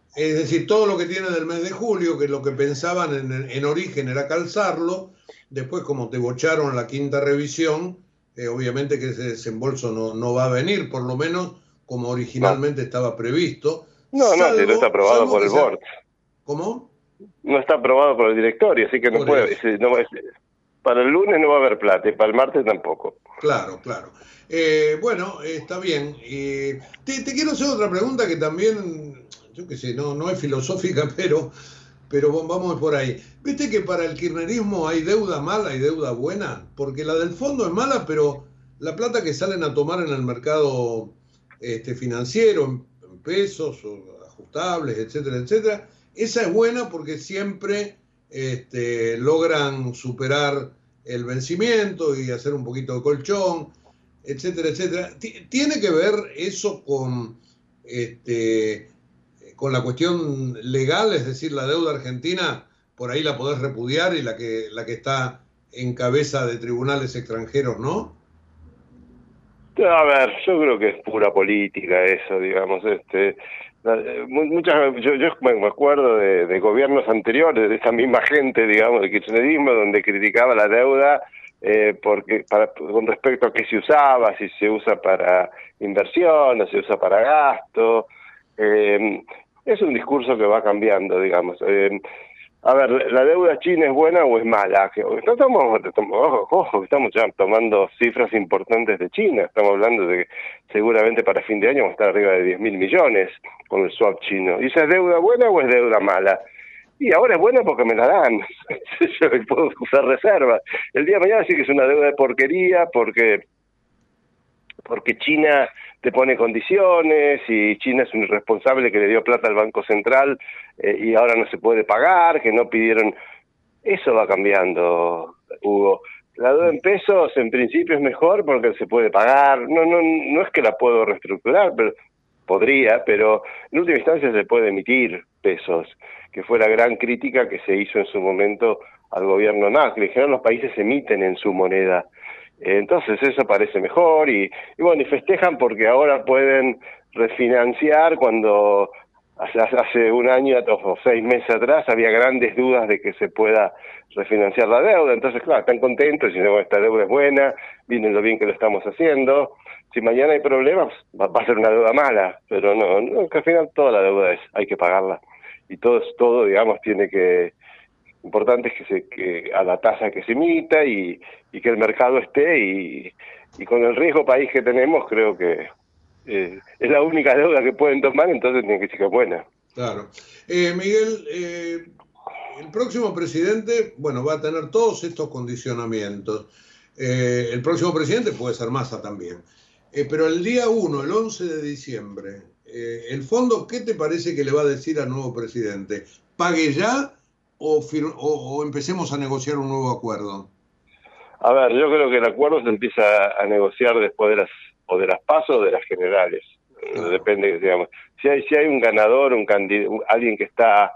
Speaker 4: Es decir, todo lo que tiene del mes de julio, que lo que pensaban en, en origen era calzarlo, después como te bocharon la quinta revisión, eh, obviamente que ese desembolso no, no va a venir, por lo menos como originalmente no. estaba previsto.
Speaker 5: No, salvo, no, si no está aprobado por el sea... board.
Speaker 4: ¿Cómo?
Speaker 5: No está aprobado por el directorio, así que no por puede... No, para el lunes no va a haber plata y para el martes tampoco.
Speaker 4: Claro, claro. Eh, bueno, eh, está bien. Eh, te, te quiero hacer otra pregunta que también, yo qué sé, no, no es filosófica, pero, pero vamos por ahí. ¿Viste que para el kirchnerismo hay deuda mala y deuda buena? Porque la del fondo es mala, pero la plata que salen a tomar en el mercado este, financiero, en, en pesos, o ajustables, etcétera, etcétera, esa es buena porque siempre este, logran superar el vencimiento y hacer un poquito de colchón, etcétera, etcétera. ¿Tiene que ver eso con, este, con la cuestión legal? Es decir, la deuda argentina, por ahí la podés repudiar y la que, la que está en cabeza de tribunales extranjeros, ¿no?
Speaker 5: A ver, yo creo que es pura política eso, digamos, este... Muchas, yo, yo me acuerdo de, de gobiernos anteriores, de esa misma gente, digamos, del kirchnerismo, donde criticaba la deuda eh, porque para, con respecto a qué se usaba, si se usa para inversión o se usa para gasto. Eh, es un discurso que va cambiando, digamos. Eh, a ver, ¿la deuda china es buena o es mala? Estamos, estamos, ojo, estamos ya tomando cifras importantes de China. Estamos hablando de que seguramente para fin de año vamos a estar arriba de diez mil millones con el swap chino. ¿Y esa es deuda buena o es deuda mala? Y ahora es buena porque me la dan. Yo puedo usar reservas. El día de mañana sí que es una deuda de porquería porque porque China te pone condiciones y China es un irresponsable que le dio plata al Banco Central eh, y ahora no se puede pagar, que no pidieron. Eso va cambiando, Hugo. La deuda en pesos en principio es mejor porque se puede pagar. No, no, no es que la puedo reestructurar, pero podría, pero en última instancia se puede emitir pesos, que fue la gran crítica que se hizo en su momento al gobierno Macri. En general los países emiten en su moneda. Entonces eso parece mejor y, y bueno, y festejan porque ahora pueden refinanciar cuando hace, hace un año o seis meses atrás había grandes dudas de que se pueda refinanciar la deuda. Entonces, claro, están contentos y dicen, bueno, esta deuda es buena, miren lo bien que lo estamos haciendo. Si mañana hay problemas, va, va a ser una deuda mala, pero no, no, que al final toda la deuda es, hay que pagarla. Y todo, todo digamos, tiene que... Importante es que, se, que a la tasa que se emita y, y que el mercado esté y, y con el riesgo país que tenemos creo que eh, es la única deuda que pueden tomar, entonces tiene que ser que es buena.
Speaker 4: Claro. Eh, Miguel, eh, el próximo presidente, bueno, va a tener todos estos condicionamientos. Eh, el próximo presidente puede ser Massa también. Eh, pero el día uno, el once de diciembre, eh, el fondo, ¿qué te parece que le va a decir al nuevo presidente? ¿Pague ya? O, o, o empecemos a negociar un nuevo acuerdo?
Speaker 5: A ver, yo creo que el acuerdo se empieza a negociar después de las o de las PASO o de las generales. Claro. Depende, digamos. Si hay si hay un ganador, un candidato, alguien que está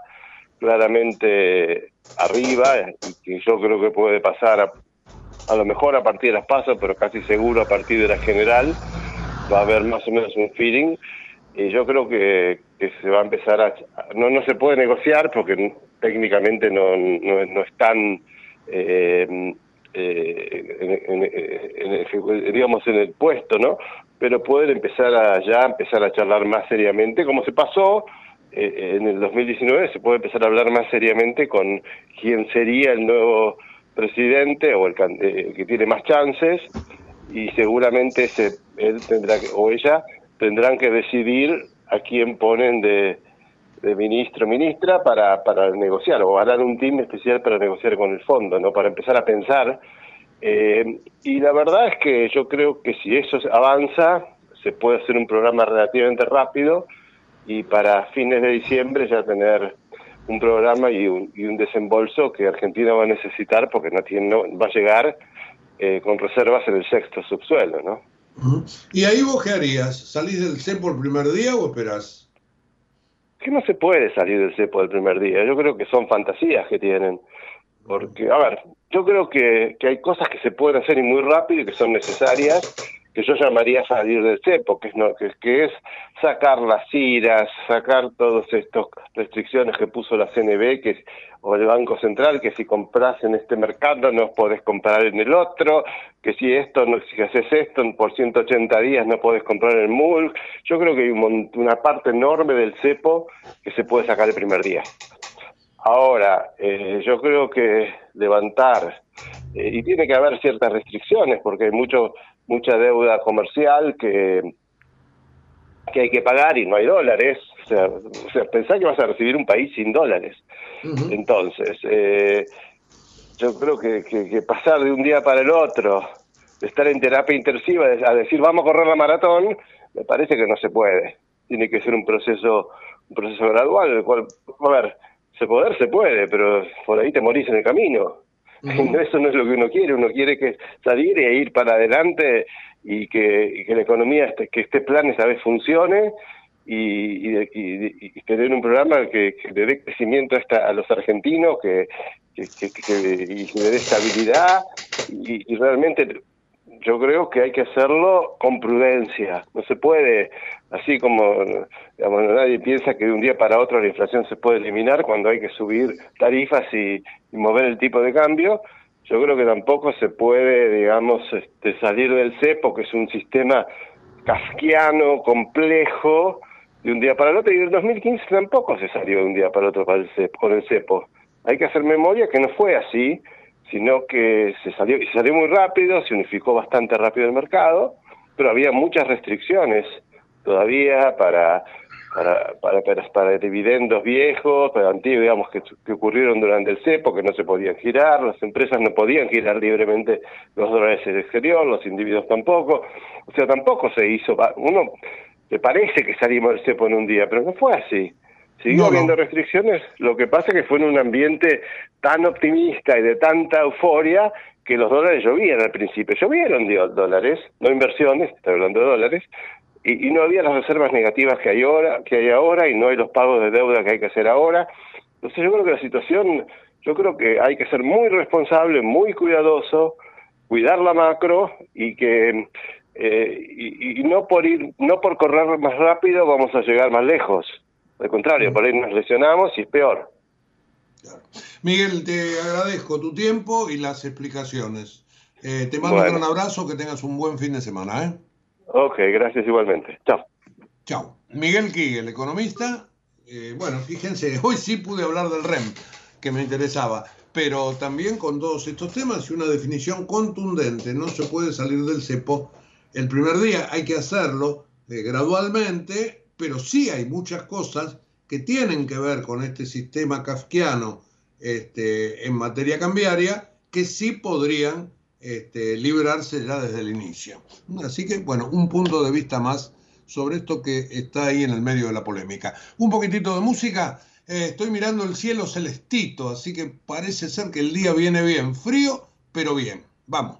Speaker 5: claramente arriba, y yo creo que puede pasar a, a lo mejor a partir de las PASO, pero casi seguro a partir de la general, va a haber más o menos un feeling. Y yo creo que, que se va a empezar a... No no se puede negociar porque técnicamente no no, no están, eh, eh, en, en, en, digamos, en el puesto, ¿no? Pero pueden empezar a ya empezar a charlar más seriamente, como se pasó eh, en el dos mil diecinueve, se puede empezar a hablar más seriamente con quién sería el nuevo presidente o el, eh, que tiene más chances, y seguramente ese, él tendrá que, o ella tendrán que decidir a quién ponen de, de ministro o ministra para, para negociar, o harán un team especial para negociar con el fondo, ¿no? Para empezar a pensar. Eh, y la verdad es que yo creo que si eso avanza, se puede hacer un programa relativamente rápido y para fines de diciembre ya tener un programa y un, y un desembolso que Argentina va a necesitar porque no tiene, no, va a llegar eh, con reservas en el sexto subsuelo, ¿no?
Speaker 4: Uh-huh. ¿Y ahí vos qué harías? ¿Salís del cepo el primer día o esperás?
Speaker 5: Que no se puede salir del cepo el primer día. Yo creo que son fantasías que tienen. Porque, a ver, yo creo que, que hay cosas que se pueden hacer y muy rápido y que son necesarias. que yo llamaría salir del cepo, que es, no, que, que es sacar las iras, sacar todas estas restricciones que puso la C N B que, o el Banco Central, que si compras en este mercado no podés comprar en el otro, que si esto no, si haces esto por ciento ochenta días no podés comprar en el M U L. Yo creo que hay un, una parte enorme del cepo que se puede sacar el primer día. Ahora, eh, yo creo que levantar, eh, y tiene que haber ciertas restricciones, porque hay mucho mucha deuda comercial que, que hay que pagar y no hay dólares. O sea, o sea, pensá que vas a recibir un país sin dólares. Uh-huh. Entonces, eh, yo creo que, que, que pasar de un día para el otro, de estar en terapia intensiva, a decir vamos a correr la maratón, me parece que no se puede. Tiene que ser un proceso un proceso gradual, el cual, a ver, se poder se puede, pero por ahí te morís en el camino. Uh-huh. Eso no es lo que uno quiere. Uno quiere que salir e ir para adelante y que, y que la economía, esté, que este plan esta vez funcione y, y, y, y tener un programa que, que le dé crecimiento a, esta, a los argentinos, que, que, que, que y que le dé estabilidad y, y realmente yo creo que hay que hacerlo con prudencia. No se puede, así como digamos, nadie piensa que de un día para otro la inflación se puede eliminar cuando hay que subir tarifas y, y mover el tipo de cambio. Yo creo que tampoco se puede, digamos, este, salir del cepo, que es un sistema kafkiano, complejo, de un día para el otro, y en el dos mil quince tampoco se salió de un día para el otro para el cepo, con el cepo. Hay que hacer memoria que no fue así, sino que se salió, y se salió muy rápido, se unificó bastante rápido el mercado, pero había muchas restricciones todavía para para para para, para dividendos viejos, para antiguos, digamos, que, que ocurrieron durante el cepo, que no se podían girar, las empresas no podían girar libremente los dólares en el exterior, los individuos tampoco, o sea, tampoco se hizo, uno te parece que salimos del cepo en un día, pero no fue así. Siguió no, habiendo no. restricciones, lo que pasa es que fue en un ambiente tan optimista y de tanta euforia que los dólares llovían al principio. Llovieron dólares, no inversiones, estoy hablando de dólares, y, y no había las reservas negativas que hay ahora, que hay ahora, y no hay los pagos de deuda que hay que hacer ahora. Entonces yo creo que la situación, yo creo que hay que ser muy responsable, muy cuidadoso, cuidar la macro y que eh, y, y no por ir, no por correr más rápido vamos a llegar más lejos. Al contrario, por ahí nos lesionamos y es peor.
Speaker 4: Claro. Miguel, te agradezco tu tiempo y las explicaciones. Eh, te mando bueno. un gran abrazo, que tengas un buen fin de semana. ¿eh?
Speaker 5: Ok, gracias igualmente. Chao.
Speaker 4: Chao. Miguel Quigue, el economista. Eh, bueno, fíjense, hoy sí pude hablar del R E M, que me interesaba, pero también con todos estos temas y una definición contundente. No se puede salir del cepo el primer día, hay que hacerlo eh, gradualmente, pero sí hay muchas cosas que tienen que ver con este sistema kafkiano este, en materia cambiaria que sí podrían este, librarse ya desde el inicio. Así que, bueno, un punto de vista más sobre esto que está ahí en el medio de la polémica. Un poquitito de música. Eh, estoy mirando el cielo celestito, así que parece ser que el día viene bien. Frío, pero bien. Vamos.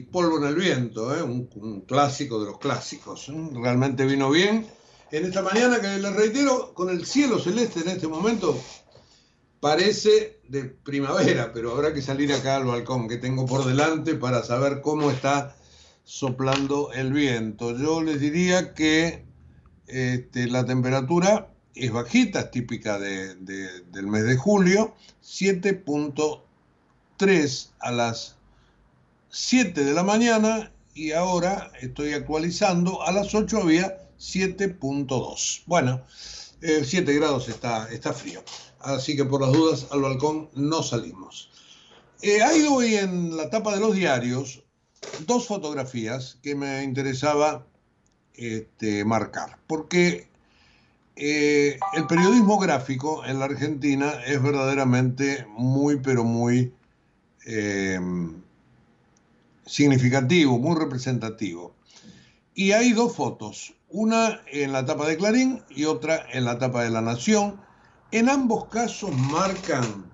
Speaker 4: Polvo en el Viento, ¿eh? un, un clásico de los clásicos. ¿eh? Realmente vino bien en esta mañana que, les reitero, con el cielo celeste en este momento parece de primavera, pero habrá que salir acá al balcón que tengo por delante para saber cómo está soplando el viento. Yo les diría que este, la temperatura es bajita, es típica de, de, del mes de julio, siete punto tres a las siete de la mañana, y ahora estoy actualizando, a las ocho había siete punto dos. Bueno, eh, siete grados está, está frío, así que por las dudas al balcón no salimos. Eh, hay hoy en la tapa de los diarios dos fotografías que me interesaba este, marcar, porque eh, el periodismo gráfico en la Argentina es verdaderamente muy, pero muy eh, significativo, muy representativo. Y hay dos fotos, una en la tapa de Clarín y otra en la tapa de La Nación. En ambos casos marcan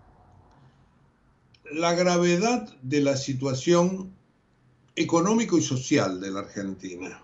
Speaker 4: la gravedad de la situación económico y social de la Argentina.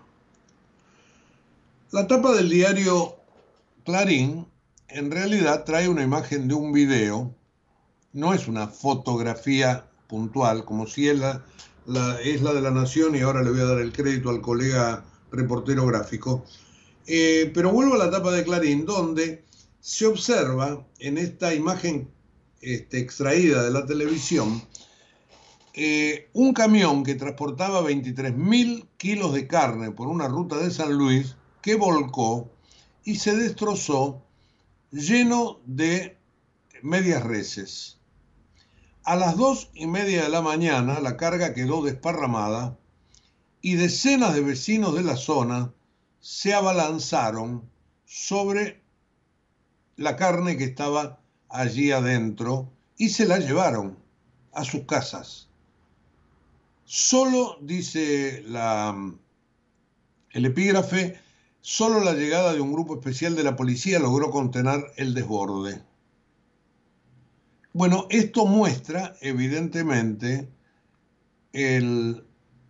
Speaker 4: La tapa del diario Clarín en realidad trae una imagen de un video, no es una fotografía puntual, como si es la, la, es la de La Nación, y ahora le voy a dar el crédito al colega reportero gráfico. Eh, pero vuelvo a la tapa de Clarín, donde se observa en esta imagen este, extraída de la televisión eh, un camión que transportaba veintitrés mil kilos de carne por una ruta de San Luis, que volcó y se destrozó lleno de medias reses. A las dos y media de la mañana la carga quedó desparramada y decenas de vecinos de la zona se abalanzaron sobre la carne que estaba allí adentro y se la llevaron a sus casas. Solo, dice la, el epígrafe, solo la llegada de un grupo especial de la policía logró contener el desborde. Bueno, esto muestra evidentemente el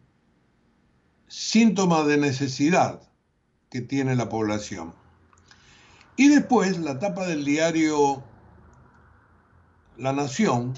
Speaker 4: síntoma de necesidad que tiene la población. Y después la tapa del diario La Nación,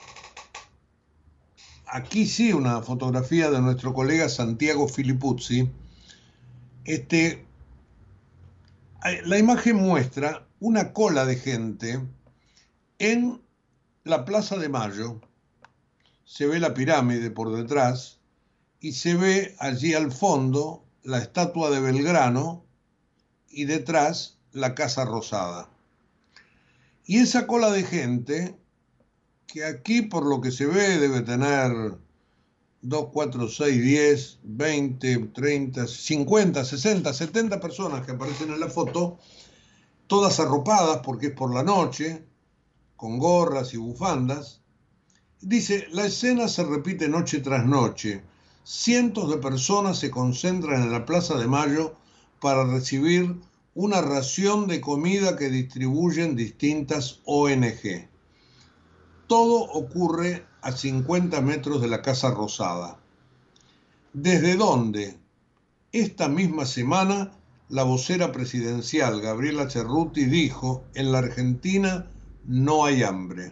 Speaker 4: aquí sí una fotografía de nuestro colega Santiago Filipuzzi. Este, la imagen muestra una cola de gente en la Plaza de Mayo. Se ve la pirámide por detrás y se ve allí al fondo la estatua de Belgrano y detrás la Casa Rosada. Y esa cola de gente, que aquí por lo que se ve debe tener dos, cuatro, seis, diez, veinte, treinta, cincuenta, sesenta, setenta personas que aparecen en la foto, todas arropadas porque es por la noche, con gorras y bufandas. Dice, la escena se repite noche tras noche. Cientos de personas se concentran en la Plaza de Mayo para recibir una ración de comida que distribuyen distintas O N G. Todo ocurre a cincuenta metros de la Casa Rosada, desde donde esta misma semana la vocera presidencial Gabriela Cerruti dijo: en la Argentina no hay hambre.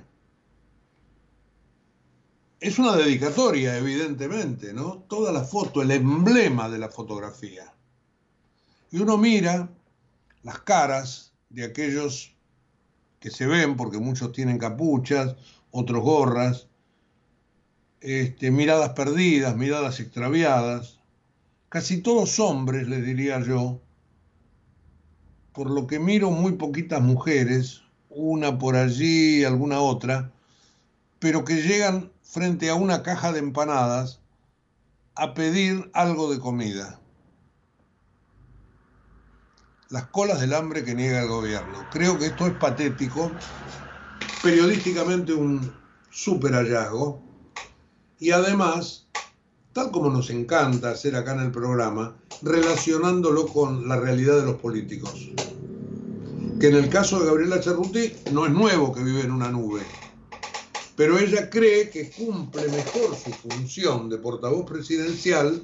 Speaker 4: Es una dedicatoria, evidentemente, ¿no? Toda la foto, el emblema de la fotografía. Y uno mira las caras de aquellos que se ven, porque muchos tienen capuchas, otros gorras, este, miradas perdidas, miradas extraviadas, casi todos hombres, les diría yo, por lo que miro muy poquitas mujeres, una por allí, alguna otra, pero que llegan frente a una caja de empanadas a pedir algo de comida. Las colas del hambre que niega el gobierno. Creo que esto es patético, periodísticamente un súper hallazgo, y además, tal como nos encanta hacer acá en el programa, relacionándolo con la realidad de los políticos. Que en el caso de Gabriela Cerruti no es nuevo que vive en una nube. pero ella cree que cumple mejor su función de portavoz presidencial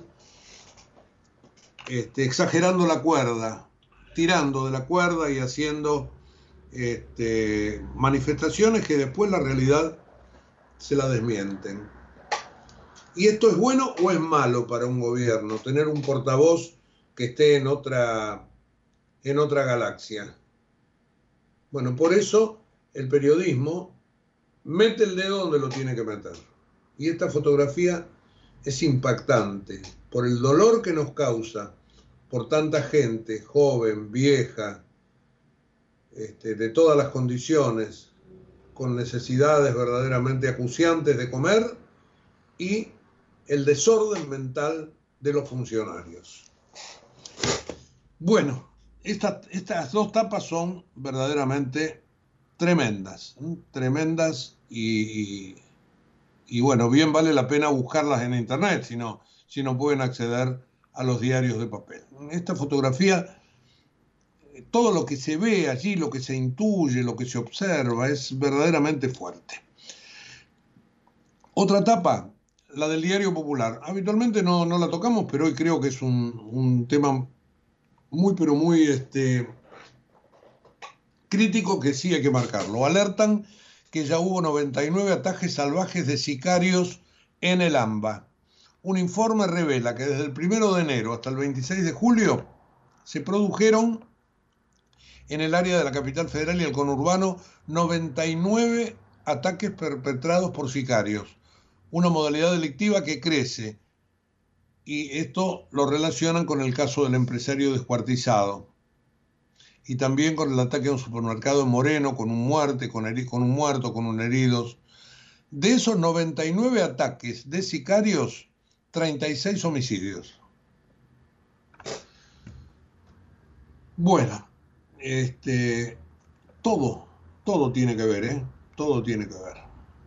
Speaker 4: este, exagerando la cuerda, tirando de la cuerda y haciendo este, manifestaciones que después la realidad se la desmienten. ¿Y esto es bueno o es malo para un gobierno? Tener un portavoz que esté en otra, en otra galaxia. Bueno, por eso el periodismo mete el dedo donde lo tiene que meter. Y esta fotografía es impactante por el dolor que nos causa, por tanta gente, joven, vieja, este, de todas las condiciones, con necesidades verdaderamente acuciantes de comer, y el desorden mental de los funcionarios. Bueno, estas, estas dos tapas son verdaderamente tremendas, ¿eh? tremendas y, y, y bueno, bien vale la pena buscarlas en internet, si no, si no pueden acceder a los diarios de papel. Esta fotografía, todo lo que se ve allí, lo que se intuye, lo que se observa, es verdaderamente fuerte. Otra tapa, la del Diario Popular. Habitualmente no, no la tocamos, pero hoy creo que es un, un tema muy, pero muy este, crítico que sí hay que marcarlo. Alertan que ya hubo noventa y nueve ataques salvajes de sicarios en el AMBA. Un informe revela que desde el primero de enero hasta el veintiséis de julio se produjeron en el área de la capital federal y el conurbano noventa y nueve ataques perpetrados por sicarios, una modalidad delictiva que crece, y esto lo relacionan con el caso del empresario descuartizado y también con el ataque a un supermercado en Moreno con un, muerte, con, heri- con un muerto, con un heridos. De esos noventa y nueve ataques de sicarios, treinta y seis homicidios. Bueno, este, todo, todo tiene que ver, ¿eh? Todo tiene que ver.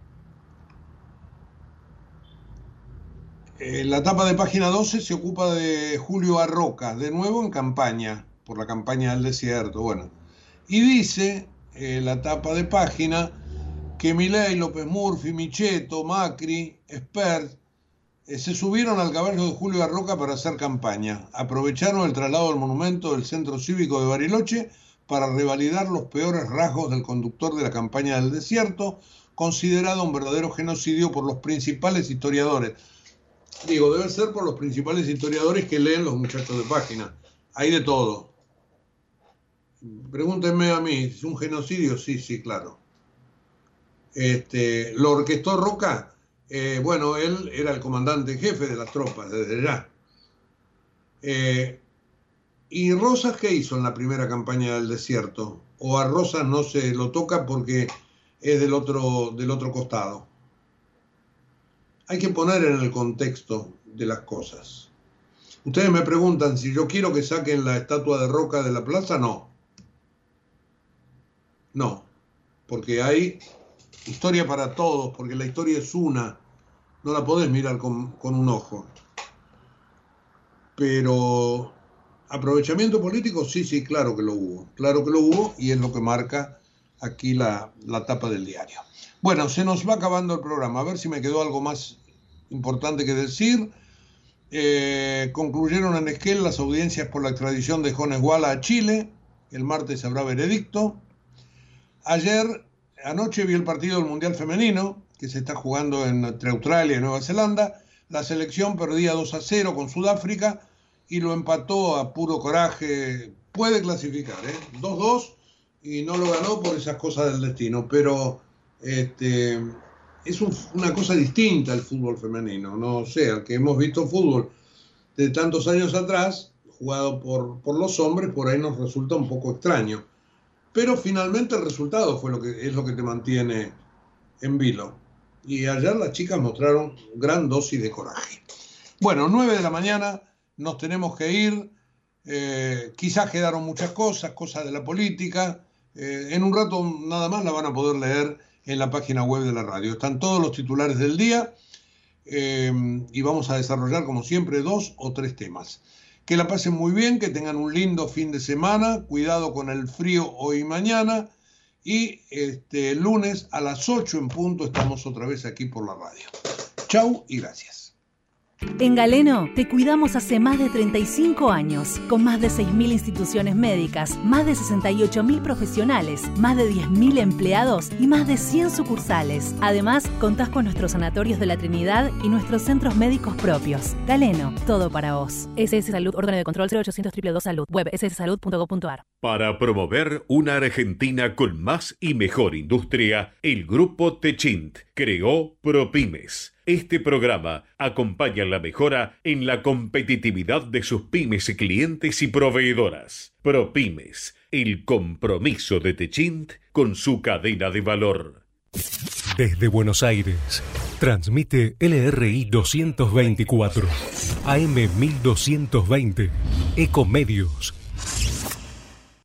Speaker 4: Eh, la tapa de página doce se ocupa de Julio Arroca, de nuevo en campaña, por la campaña del desierto, bueno. Y dice, eh, la tapa de página, que Milei, López Murphy, Micheto, Macri, Espert, eh, se subieron al caballo de Julio Arroca para hacer campaña. Aprovecharon el traslado del monumento del Centro Cívico de Bariloche para revalidar los peores rasgos del conductor de la campaña del desierto, considerado un verdadero genocidio por los principales historiadores. Digo, debe ser por los principales historiadores que leen los muchachos de página. Hay de todo. Pregúntenme a mí, ¿es un genocidio? Sí, sí, claro. Este, ¿lo orquestó Roca? Eh, bueno, él era el comandante en jefe de las tropas, desde ya. Eh, ¿Y Rosas qué hizo en la primera campaña del desierto? ¿O a Rosas no se lo toca porque es del otro, del otro costado? Hay que poner en el contexto de las cosas. Ustedes me preguntan si yo quiero que saquen la estatua de Roca de la plaza. No. No. Porque hay historia para todos, porque la historia es una. No la podés mirar con, con un ojo. Pero aprovechamiento político, sí, sí, claro que lo hubo. Claro que lo hubo y es lo que marca aquí la, la tapa del diario. Bueno, se nos va acabando el programa. A ver si me quedó algo más importante que decir. Eh, concluyeron en Esquel las audiencias por la extradición de Jones Walla a Chile. El martes habrá veredicto. Ayer, anoche vi el partido del Mundial Femenino, que se está jugando entre Australia y Nueva Zelanda. La selección perdía dos a cero con Sudáfrica y lo empató a puro coraje. Puede clasificar, ¿eh? dos dos, y no lo ganó por esas cosas del destino, pero este, es un, una cosa distinta el fútbol femenino. No sé, al que hemos visto fútbol de tantos años atrás, jugado por, por los hombres, por ahí nos resulta un poco extraño. Pero finalmente el resultado fue lo que, es lo que te mantiene en vilo. Y ayer las chicas mostraron gran dosis de coraje. Bueno, nueve de la mañana, nos tenemos que ir. Eh, quizás quedaron muchas cosas, cosas de la política. Eh, en un rato nada más la van a poder leer en la página web de la radio. Están todos los titulares del día eh, y vamos a desarrollar, como siempre, dos o tres temas. Que la pasen muy bien, que tengan un lindo fin de semana. Cuidado con el frío hoy y mañana. y este, el lunes a las ocho en punto estamos otra vez aquí por la radio. Chau y gracias.
Speaker 2: En Galeno te cuidamos hace más de treinta y cinco años, con más de seis mil instituciones médicas, más de sesenta y ocho mil profesionales, más de diez mil empleados y más de cien sucursales. Además, contás con nuestros sanatorios de la Trinidad y nuestros centros médicos propios. Galeno, todo para vos. S S Salud, órgano de control cero ochocientos dos dos dos Salud, web s s salud punto gov punto a r.
Speaker 3: Para promover una Argentina con más y mejor industria, el Grupo Techint creó ProPymes. Este programa acompaña la mejora en la competitividad de sus pymes, clientes y proveedoras. ProPymes, el compromiso de Techint con su cadena de valor.
Speaker 6: Desde Buenos Aires, transmite L R I doscientos veinticuatro, A M mil doscientos veinte, Ecomedios.